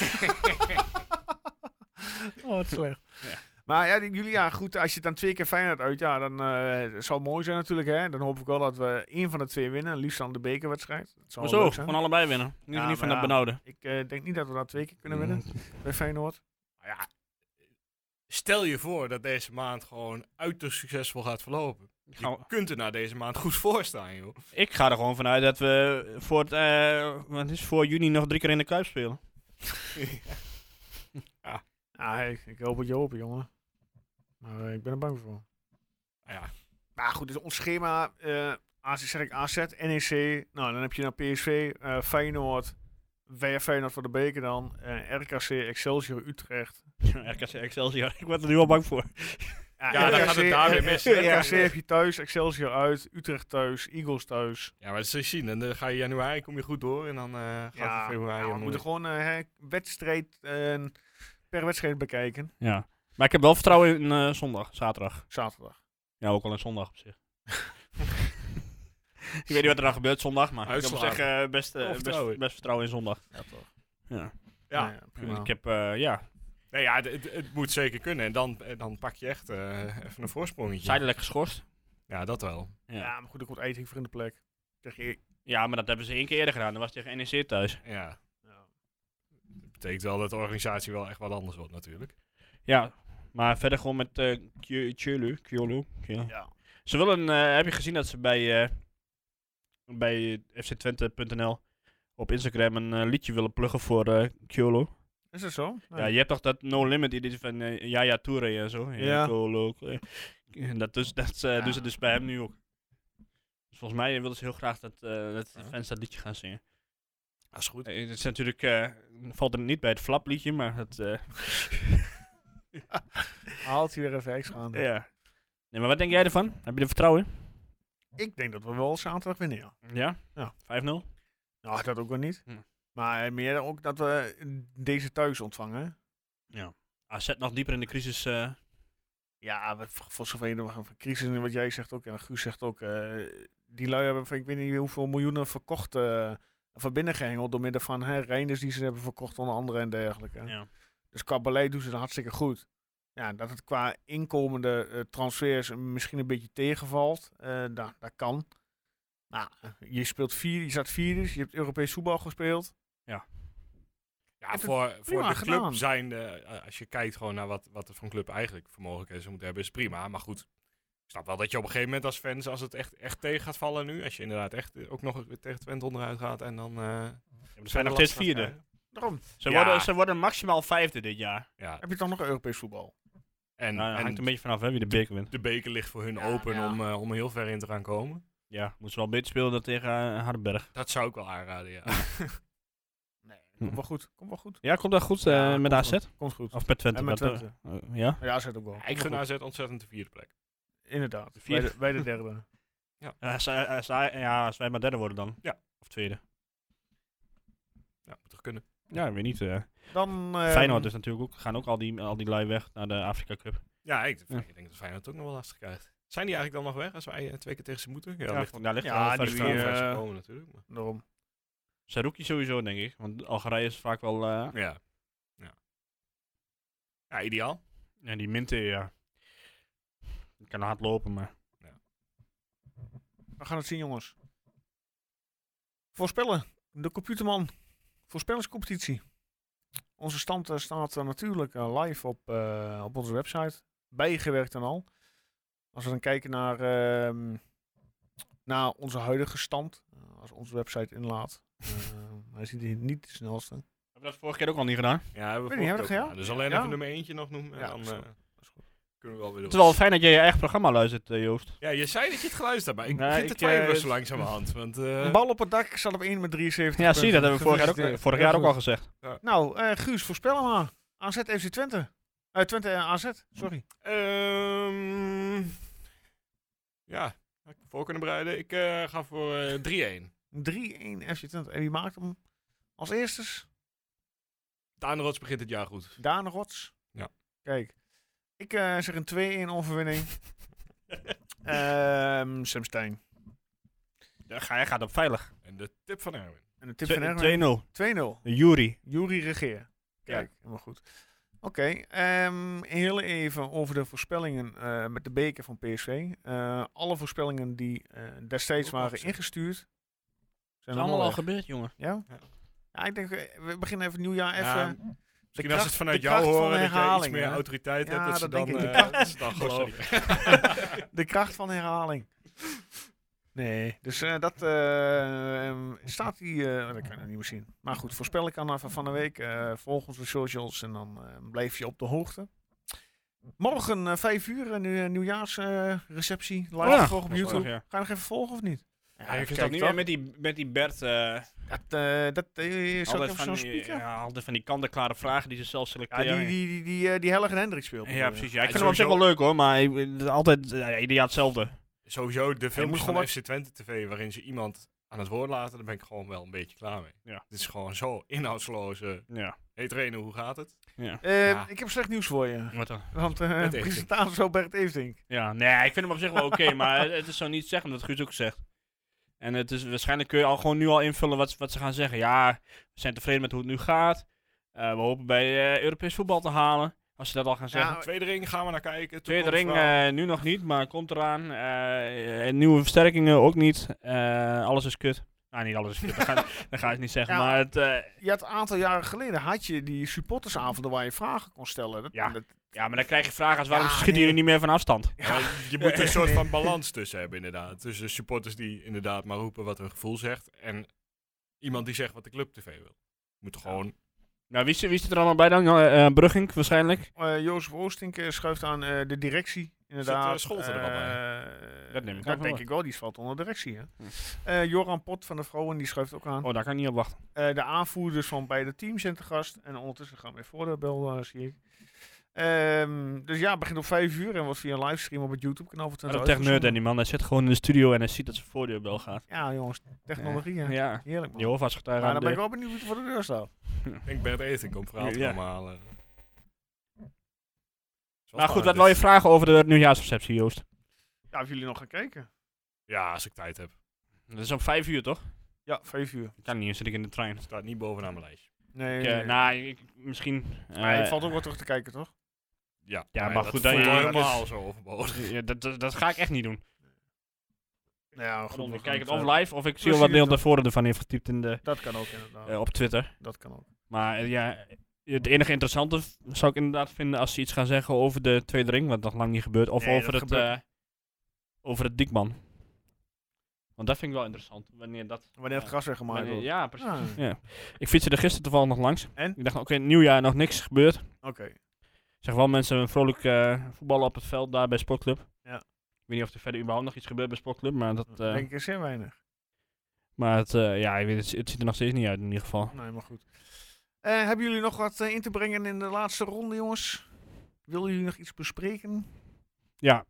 Oh, wat slecht. Ja. Maar ja, die- jullie, ja, goed, als je het dan twee keer Feyenoord uit, ja, dan uh, zou het mooi zijn natuurlijk, hè. Dan hoop ik wel dat we één van de twee winnen, liefst dan de bekerwedstrijd. Dat zou Maar wel zo, leuk zijn. gewoon allebei winnen. Niet, Ja, niet van maar dat ja. benauwde. Ik uh, denk niet dat we dat twee keer kunnen winnen bij Feyenoord. Nou ja, stel je voor dat deze maand gewoon uiterst succesvol gaat verlopen. Je Gaan we- kunt er na deze maand goed voor staan, joh. Ik ga er gewoon vanuit dat we voor, het, uh, wat is, het, voor juni nog drie keer in de Kuip spelen. Ja, ik, ik hoop het je hopen, jongen. Maar uh, ik ben er bang voor. Nou ja, Maar goed, dus ons schema, uh, A Z, zeg ik A Z, N E C, nou dan heb je naar P S V, uh, Feyenoord, weer Feyenoord voor de beker dan, uh, R K C, Excelsior, Utrecht. R K C Excelsior, ik word er nu al bang voor. Ja, dan gaat het daar weer mis, hè? R K C heb je thuis, Excelsior uit, Utrecht thuis, Eagles thuis. ja, maar dat zul je zien. En dan ga je januari, kom je goed door. En dan uh, gaat Ja, het februari... ja, we om- moeten gewoon uh, hè, wedstrijd uh, per wedstrijd bekijken. Ja. Maar ik heb wel vertrouwen in uh, zondag, zaterdag. Zaterdag. Ja, ook al in zondag op zich. Ik weet niet wat er dan gebeurt zondag, maar ik heb op Uitslagen. zich uh, best, uh, Wel best, vertrouwen. best vertrouwen in zondag. Ja, toch. Ja. Ja, Nou ja, prima. Ik heb, uh, ja, nee, ja het, het- het moet zeker kunnen. En dan, en dan pak je echt uh, even een voorsprongetje. zijdelijk geschorst. Ja, dat wel. Ja. Ja, maar goed, er komt Eiting voor in de plek. Zeg je, Ja, maar dat hebben ze één keer eerder gedaan. Dat was tegen N E C thuis. Ja, ja. dat betekent wel dat de organisatie wel echt wat anders wordt natuurlijk. Ja, maar verder gewoon met uh, Kjolu. Kjolu. Ja. Ze willen, uh, heb je gezien dat ze bij, uh, bij F C Twente punt n l op Instagram een uh, liedje willen pluggen voor uh, Kjolu? Is dat zo? Nee. Ja, je hebt toch dat No Limit editie van uh, Yaya Toure en zo? Ja. Kjolu. En dat, dus, dat uh, Ja. doen ze dus bij hem nu ook. Dus volgens mij willen ze heel graag dat, uh, dat de Ja. fans dat liedje gaan zingen. Dat is goed. Uh, het is natuurlijk, uh, valt er niet bij het flap liedje, maar het... Uh, Haalt hij weer even extra aan. ja. Nee, maar wat denk jij ervan? Heb je er vertrouwen in? Ik denk dat we wel zaterdag winnen, ja. Ja? Ja. vijf nul? Nou, dat ook wel niet. Hm. Maar meer ook dat we deze thuis ontvangen. Ja. A Z nog dieper in de crisis. Uh, Ja, we- voor zover je nog een crisis, en wat jij zegt ook, en Guus zegt ook, eh, die lui hebben, ik weet niet hoeveel miljoenen verkocht, uh, van binnen gehengeld door middel van hè, Reinders die ze hebben verkocht onder andere en dergelijke. Ja. Dus qua beleid doen ze het hartstikke goed. Ja, dat het qua inkomende uh, transfers misschien een beetje tegenvalt, uh, dat, dat kan. Nou, je speelt vier, je zat vierde, je hebt Europees voetbal gespeeld. Ja. Ja, voor, voor de club gedaan. zijnde, uh, als je kijkt gewoon naar wat, wat er voor een club eigenlijk voor mogelijkheden zou moeten hebben, is prima. Maar goed, ik snap wel dat je op een gegeven moment als fans, als het echt, echt tegen gaat vallen nu, als je inderdaad echt ook nog tegen Twente onderuit gaat en dan... Uh, ja, ze zijn nog steeds vierde. Daarom. Ze, Ja. worden, ze worden maximaal vijfde dit jaar. Ja. Heb je dan nog Europees voetbal? En, Nou, en hangt een beetje vanaf hè, wie de beker wint. de beker ligt voor hun Ja, open ja. Om, uh, om er heel ver in te gaan komen. Ja, moeten ze wel beter spelen dan tegen uh, Hardenberg. Dat zou ik wel aanraden, ja. Nee, komt wel goed. Komt wel goed. Ja, komt dat goed uh, Ja, met komt A Z? goed. Komt goed. Of met Twente? En met dat, uh, Twente. uh, ja? Ja, zet ook wel. Ja, ik gun A Z ontzettend de vierde plek. Inderdaad. vierde. Bij de, bij de derde. Uh, als, uh, als, uh, ja, als wij maar derde worden dan. Ja. Of tweede. Ja, moet toch kunnen. Ja, ik weet niet. Uh, Dan... Uh, Feyenoord is natuurlijk ook. Gaan ook al die, al die lui weg naar de Afrika Cup. Ja, ik, Ja. ik denk dat Feyenoord het ook nog wel lastig krijgt. Zijn die eigenlijk dan nog weg als wij uh, twee keer tegen ze moeten? Ja, Ja, ligt daar ligt ja, wel die, verder uh, staan. ver eh, ze komen natuurlijk. Maar. Daarom. Saruki sowieso, denk ik. Want Algerije is vaak wel... Uh, Ja. ja. Ja, ideaal. ja, die Minte, ja. Die kan hard lopen, maar... We gaan het zien, jongens. Voorspellen. De Computerman. Voorspellingscompetitie. Onze stand uh, staat uh, natuurlijk uh, live op, uh, op onze website. Bijgewerkt en al. Als we dan kijken naar, uh, naar onze huidige stand. Uh, als onze website inlaat. Uh, hij is niet, niet de snelste. Hebben we dat vorige keer ook al niet gedaan? Ja, hebben we Weet niet, vorige hebben we keer dat ook gedaan. Dus alleen Ja. even nummer eentje nog noemen. En Ja, dan dat is uh, goed. Dat is goed. kunnen we wel weer Het door. is wel fijn dat jij je eigen programma luistert, uh, Joost. Ja, je zei dat je het geluisterd hebt, maar ik Nee, begin te ik, twijfelen uh, zo langzamerhand. Want, uh, Een bal op het dak staat op één met drieënzeventig Ja, zie je, dat hebben we vorig jaar ook, Gefeliciteerd. vorig jaar Heel ook al goed. gezegd. Nou, uh, Guus, voorspel hem maar. A Z F C Twente. Uh, Twente uh, A Z, sorry. Ehm, ja, had ik me voor kunnen bereiden. Ik uh, ga voor uh, drie-een. drie-een F C Twente. En wie maakt hem als eerstes? Daan Rots begint het jaar goed. Daan Rots. Ja. Kijk, ik uh, zeg een twee-een overwinning. um, Sam Stein. Ja, ga- hij gaat op veilig. En de tip van Erwin. En de tip van Erwin. twee nul. twee nul. Jury. Jury Regeer. Kijk, helemaal goed. Oké, okay, um, heel even over de voorspellingen uh, met de beker van P S V. Uh, alle voorspellingen die uh, destijds Ook waren opzet. ingestuurd. Dat Zijn is allemaal al weg. gebeurd, jongen. Ja? Ja. Ja, ik denk, we we beginnen even nieuwjaar even... Ja, de Misschien kracht- als het vanuit de jou kracht van horen dat je iets herhaling, meer hè? autoriteit Ja, hebt, dat, dat ze dan, denk ik. uh, De kracht- dat ze dan Oh, geloven. De kracht van herhaling. Nee, dus uh, dat uh, um, staat die... Uh, dat kan je nog niet meer zien. Maar goed, voorspel ik aan even van de week. Uh, volg onze socials en dan uh, blijf je op de hoogte. Morgen uh, vijf uur, een uh, nieuwjaarsreceptie. Uh, live Oh ja, te volgen op dat is YouTube. wel, ja. Ga je nog even volgen of niet? Ja, Hij even is dat kijken, niet toch? meer met die, met die Bert. Uh, Dat, uh, dat uh, zal ik altijd, even van zo die, spieken? Ja, ja, altijd van die kant-en-klare vragen die ze zelf selecteren. die, die, die, die, uh, die Helge Hendrik speelt. Ja, precies. Ja, ik Ja, vind hem op zich wel sowieso. leuk hoor, maar ik- het is altijd uh, ieder jaar hetzelfde. Sowieso, de filmpjes gewoon van wat- F C Twente T V waarin ze iemand aan het woord laten, daar ben ik gewoon wel een beetje klaar mee. Ja. Dit is gewoon zo inhoudsloos. Uh, Ja. hey trainer, hoe gaat het? Ja. Uh, Ja. Ik heb slecht nieuws voor je. Wat dan? Want uh, Bert presentator zo Bert Eefdink. Ja, nee, ik vind hem op zich wel oké, maar het, het is zo niet zeggen dat Guus ook zegt. En het is, waarschijnlijk kun je al gewoon nu al invullen wat, wat ze gaan zeggen. Ja, we zijn tevreden met hoe het nu gaat. Uh, we hopen bij uh, Europees voetbal te halen. Als ze dat al gaan zeggen. Ja, Tweede ring gaan we naar kijken. Tweede ring toekomstverhaal. uh, nu nog niet, maar komt eraan. Uh, en nieuwe versterkingen ook niet. Uh, alles is kut. Nou, niet alles is kut, dat, ga, dat ga ik niet zeggen. Ja. Maar het, uh, Je had een aantal jaren geleden had je die supportersavonden waar je vragen kon stellen. Dat, Ja. dat, ja, maar dan krijg je vragen als waarom Ja, schieten nee. jullie niet meer van afstand? Ja, je moet een soort van balans tussen hebben, inderdaad. Tussen supporters die inderdaad maar roepen wat hun gevoel zegt. En iemand die zegt wat de club tv wil. Je moet gewoon... Nou, wie, zit- wie zit er allemaal bij dan? Uh, Brugging waarschijnlijk. uh, Jozef Oostink uh, schuift aan uh, de directie. Inderdaad. Zit, uh, Scholten er al bij? Uh, Dat neem ik dat aan denk wel. ik wel, die valt onder directie. Hè? Hm. Uh, Joran Pot van de Vrouwen, die schuift ook aan. Oh, daar kan ik niet op wachten. Uh, de aanvoerders van beide teams zijn te gast. En ondertussen gaan we weer voor de bel, uh, zie ik. Um, dus ja, het begint om vijf uur en wordt via een livestream op het YouTube-kanaal van Dat Twente is echt nerd, uitgezonden. en die man. Hij zit gewoon in de studio en hij ziet dat zijn voordeurbel gaat. Ja, jongens, technologie. hè. Ja. Heerlijk, man. Jehovah's getuige Maar aan dan de ben ik deur. wel benieuwd wie er voor de deur staat. Ik denk Bert Eeting komt verhaal te Ja. komen halen. Maar goed, wat wil je vragen over de nieuwjaarsreceptie, Joost? Ja, of jullie nog gaan kijken. Ja, als ik tijd heb. Dat is om vijf uur, toch? Ja, vijf uur. Ik kan niet, zit ik in de trein. Staat niet bovenaan mijn lijstje. Nee, Ik, nee, uh, nee. nou, ik, misschien... Uh, Maar het valt ook wel terug te kijken, toch? Ja, Ja, maar dat goed, voelt dan- wel ja, helemaal dat zo overbodig. ja, dat, dat, dat ga ik echt niet doen. Nou ja, goed. we Ik gaan kijk het het, of eh, live of ik zie we al wat zien deel het daarvoor ervan heeft getypt in de, Dat kan ook inderdaad. uh, op Twitter. Dat kan ook. Maar uh, ja, het enige interessante v- zou ik inderdaad vinden als ze iets gaan zeggen over de tweede ring, wat nog lang niet gebeurt, of Nee, over, dat het, gebeurt. uh, over het Diekman. Want dat vind ik wel interessant. Wanneer dat... Wanneer het uh, gras weggemaakt wanneer- wordt. ja, precies. Ah, Ja. Ik fietste er gisteren toevallig nog langs. En? Ik dacht, oké, nieuwjaar, nog niks gebeurd. Oké. Ik zeg wel mensen vrolijk uh, voetballen op het veld daar bij Sportclub. Ja. Ik weet niet of er verder überhaupt nog iets gebeurt bij Sportclub, maar dat... Uh, Denk ik zeer weinig. maar het, uh, ja, ik weet, het, het ziet er nog steeds niet uit in ieder geval. Nee, maar goed. Uh, hebben jullie nog wat uh, in te brengen in de laatste ronde, jongens? Willen jullie nog iets bespreken? Ja.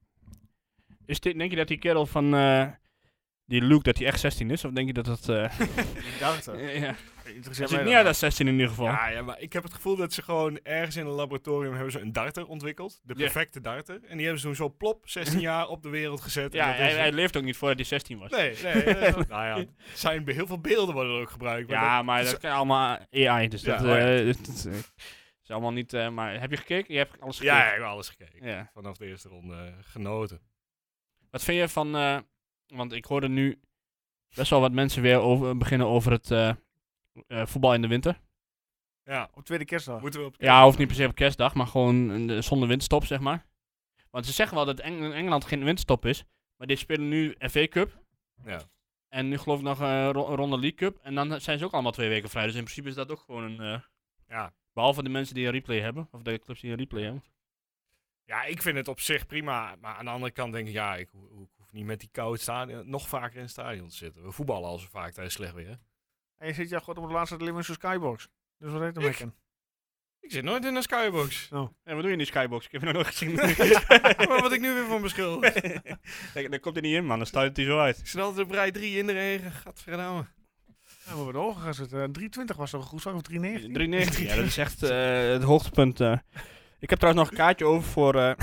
Is dit, denk je dat die kerel van uh, die Luke, dat hij echt zestien is? Of denk je dat dat... Uh, Ik dacht het. ja. Het Interesseert ziet mij niet dat. uit als zestien in ieder geval. Ja, ja, maar ik heb het gevoel dat ze gewoon ergens in een laboratorium hebben ze een darter ontwikkeld. De Ja. perfecte darter. En die hebben ze toen zo plop, zestien jaar op de wereld gezet. Ja, en dat hij, is hij het. leeft ook niet voordat hij zestien was. Nee, nee. eh, nou ja, zijn heel veel beelden worden er ook gebruikt. maar Ja, dat- maar dat kan allemaal A I, dus Ja, dat, oh ja. uh, dat, dat, uh, is allemaal niet... Uh, maar heb je gekeken? Je hebt alles gekeken? Ja, ik heb alles gekeken. Ja. Vanaf de eerste ronde eh, genoten. Wat vind je van... Uh, want ik hoorde nu best wel wat mensen weer over, beginnen over het uh, uh, voetbal in de winter. Ja, Op tweede kerstdag. moeten we op... Ja, hoeft niet per se op kerstdag, maar gewoon uh, zonder winterstop, zeg maar. Want ze zeggen wel dat Eng- in Engeland geen winterstop is. Maar die spelen nu F A Cup. Ja. En nu geloof ik nog uh, ro- een ronde League Cup. En dan zijn ze ook allemaal twee weken vrij. Dus in principe is dat ook gewoon een... Uh, Ja. behalve de mensen die een replay hebben. Of de clubs die een replay hebben. ja, ik vind het op zich prima. Maar aan de andere kant denk ik, ja, ik, ho- ik hoef niet met die koude stadion nog vaker in het stadion te zitten. We voetballen al zo vaak tijdens slecht weer. En je zit ja gewoon op de laatste Limburgse Skybox. Dus wat heeft te Ik? maken? Ik zit nooit in een skybox. En wat doe je in die skybox? Ik heb je nog nooit gezien. Maar wat ik nu weer van beschuldig. Daar daar komt hij niet in, man. Dan stuit hij zo uit. Ik zit altijd op rij drie in de regen. Gadverdamme. Ja, maar we de hoger gaan zitten. Uh, drie twintig was toch een goed slag of drie negentien? drie negentien, ja, dat is echt uh, het hoogtepunt. Uh. Ik heb trouwens nog een kaartje over voor... Uh,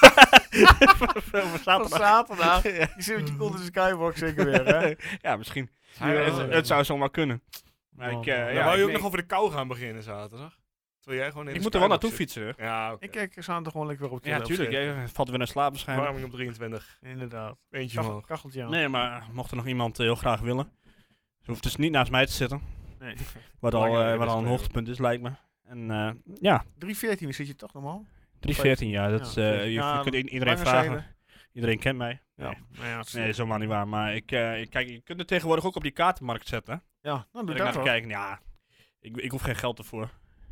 voor, voor zaterdag. zaterdag. Ja. Je zit met je kont in de Skybox zeker weer, hè? Ja, misschien. Ja, het, ja. het zou zomaar kunnen. Maar ik, uh, Dan Dan ja, wou je ik, ook nee, nog over de kou gaan beginnen zaterdag. Terwijl jij gewoon in ik de moet er wel naartoe skybox zit. fietsen. Ja, oké. Ik kijk zaterdag gewoon lekker weer op de Ja, op tuurlijk. zee. Ja, valt weer in slaap waarschijnlijk. Verwarming op drieëntwintig. Inderdaad. Eentje Kachel, omhoog. kacheltje aan. Nee, maar mocht er nog iemand uh, heel graag willen. Ze hoeft dus niet naast mij te zitten. Nee. Wat al, Langer uh, in wat de al een spelen. hoogtepunt is, lijkt me. En uh, ja, drie veertien zit je toch normaal? drie veertien, ja. Dat is, uh, Ja, je, ja, je kunt i- iedereen lange vragen. zijde. Iedereen kent mij. Ja. Nee. Nou ja, het is- Nee, dat is helemaal niet waar. Maar ik, uh, ik, kijk, je kunt het tegenwoordig ook op die kaartenmarkt zetten. ja, nou Moet doe ik naar dat te wel. kijken. Ja, ik, ik hoef geen geld ervoor.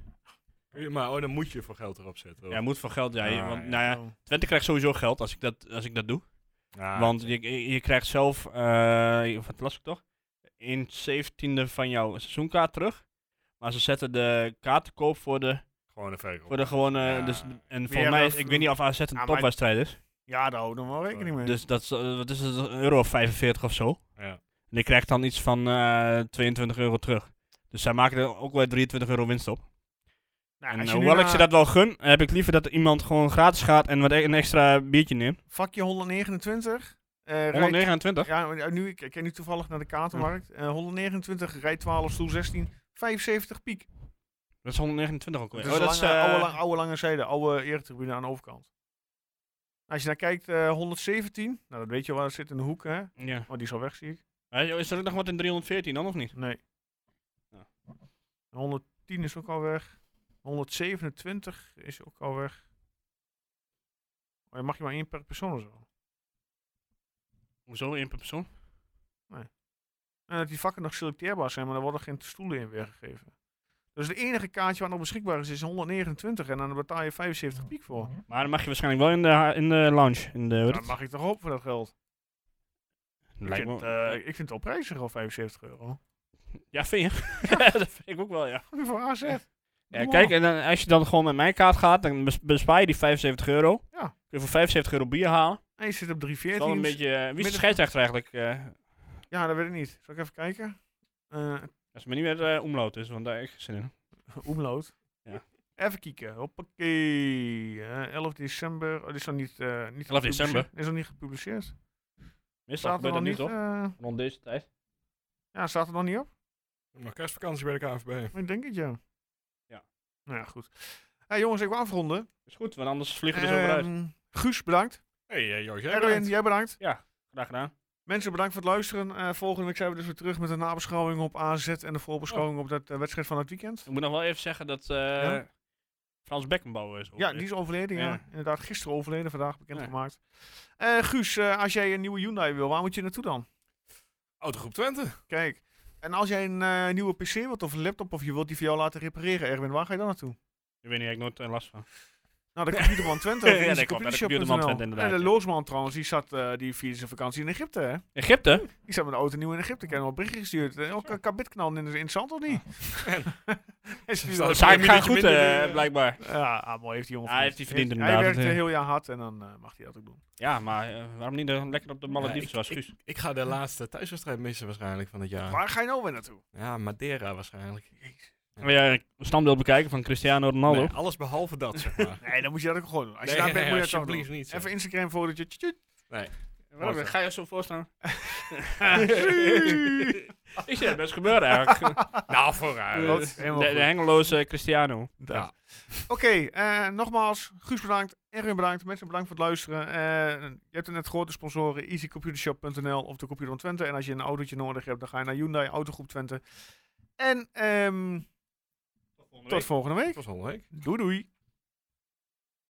Maar oh, dan moet je voor geld erop zetten. Ja, moet voor geld. Ja, je- Ah, want, ja. nou ja, Oh. Twente krijgt sowieso geld als ik dat, als ik dat doe. Ah, Want je, je, je krijgt zelf, uh, wat las ik toch? een zeventiende van jouw seizoenkaart terug. Maar ze zetten de kaartenkoop voor de, gewoon een verkoop. voor de gewone... Ja. Dus, en Weer volgens mij, is, een- ik weet niet of A Z een Ja, maar- topwedstrijd is. Ja, daar houden we wel rekening mee. Dus dat is, uh, wat is het, een euro of vijfenveertig of zo. Ja. En ik krijg dan iets van uh, tweeëntwintig euro terug. Dus zij maken er ook wel drieëntwintig euro winst op. Nou, En als uh, je nu hoewel ik naar ze dat wel gun, heb ik liever dat iemand gewoon gratis gaat en wat e- een extra biertje neemt. vakje honderdnegenentwintig. eh, rijdt- honderdnegenentwintig? Ja, maar nu, ik, ik ken nu toevallig naar de kaartenmarkt. Eh, honderdnegenentwintig, rij twaalf, stoel zestien, vijfenzeventig piek. Dat is honderdnegenentwintig ook Dat weer. is Oh, een dat is, lange, uh, oude, lang- oude lange zijde, oude eretribune aan de overkant. Als je naar kijkt, eh, honderdzeventien, nou dat weet je waar dat zit in de hoek, hè? ja. Oh, die is al weg, zie ik. Uh, Is er ook nog wat in driehonderdveertien dan, of niet? Nee. Ja. honderdtien is ook al weg. honderdzevenentwintig is ook al weg. Oh, je mag je maar één per persoon of zo. Hoezo, één per persoon? En dat die vakken nog selecteerbaar zijn, maar daar worden geen stoelen in weergegeven. Dus het enige kaartje wat nog beschikbaar is, is honderdnegenentwintig en dan betaal je vijfenzeventig piek voor. Maar dan mag je waarschijnlijk wel in de, in de lounge. In de, hoe heet Daar het? mag ik toch op voor dat geld? Ik Lijkt vind, me- eh, ik vind het wel prijzig al vijfenzeventig euro. Ja, vind je? Dat vind ik ook wel, ja. Goeie voor A Z. Ja, Wow. kijk, en dan, als je dan gewoon met mijn kaart gaat, dan bes- bespaar je die vijfenzeventig euro. Ja. Kun je voor vijfenzeventig euro bier halen. En je zit op drie Dat is wel veertien. een beetje... uh, wie is de midden- scheidsrechter eigenlijk? Uh, Ja, dat weet ik niet. Zal ik even kijken? Eh als het maar niet meer uh, omloot is, want daar heb ik geen zin in. Omloot. Ja. Even kijken. Hoppakee. Eh, elf december. Oh, dit is nog niet, eh niet elf gepubliceerd. december? Dit is nog niet gepubliceerd. Meestal Staat er gebeurt nog dat niet? niet, toch? eh, Rond deze tijd. ja, staat er nog niet op? Nog kerstvakantie bij de K N V B. Ik denk het, ja. Ja. Nou ja, goed. Hey, jongens, ik wil afronden. Is goed, want anders vliegen we er zo weer uit. Ehm, Guus, bedankt. Hey, uh, Joost, jij Erwin, bedankt. jij bedankt. Graag gedaan. Mensen, bedankt voor het luisteren. Eh, volgende week zijn we dus weer terug met een nabeschouwing op A Z en de voorbeschouwing op dat eh, wedstrijd van het weekend. Ik moet nog wel even zeggen dat eh, Ja? Frans Beckenbauer is Ja, overleden. die is overleden, ja. Ja. Inderdaad, gisteren overleden, vandaag bekendgemaakt. Ja. Eh Guus, eh, als jij een nieuwe Hyundai wil, waar moet je naartoe dan? Autogroep Twente. Kijk, en als jij een eh, nieuwe P C wilt of een laptop of je wilt die voor jou laten repareren, Erwin, waar ga je dan naartoe? Ik weet niet, ik heb nooit eh, last van. Nou, de Computerman Twente. Ja, of dat easy klopt, computershop de punt n l. Computerman Twente, inderdaad, En de ja. Loosman trouwens, die zat eh, die vierde zijn vakantie in Egypte, hè? Egypte? Die zat met de auto nieuw in Egypte. Ik heb hem al berichtje gestuurd. En ook een kabit knallen in, in het zand, of niet? Hij stuurde Dat dat- zou Zaken een gaan minuutje goed, minder, eh, eh, blijkbaar. Ja, ah, mooi heeft die jongen Ja, hij heeft die verdiend Hij inderdaad, werkt ja. een heel jaar hard en dan eh, mag hij dat ook doen. Ja, maar eh, waarom niet eh, lekker op de Malediven Ja, zoals ik, Guus? ik, ik ga de laatste thuiswedstrijd missen waarschijnlijk van het jaar. Waar ga je nou weer naartoe? Ja, Madeira waarschijnlijk. Wil jij een standbeeld bekijken van Cristiano Ronaldo? Nee, alles behalve dat, zeg maar. Nee, dan moet je dat ook gewoon doen. Als je Nee, daar bent, moet je dat ook alsjeblieft doen. niet, zeg. Even Instagram fotootje. tjut, tjut. Nee. Waarom? Ga je zo voorstaan? Ah, Ik zie het best gebeuren eigenlijk. Nou, vooruit. Wat? de, Helemaal de goed. hengeloze Cristiano. Ja. Oké, eh, nogmaals, Guus bedankt, Erwin bedankt, mensen bedankt voor het luisteren. Eh, je hebt het net gehoord, de sponsoren easy computershop punt n l of de Computer van Twente. En als je een autootje nodig hebt, dan ga je naar Hyundai Autogroep Twente. En ehm, tot volgende week. Tot volgende week. Doei doei.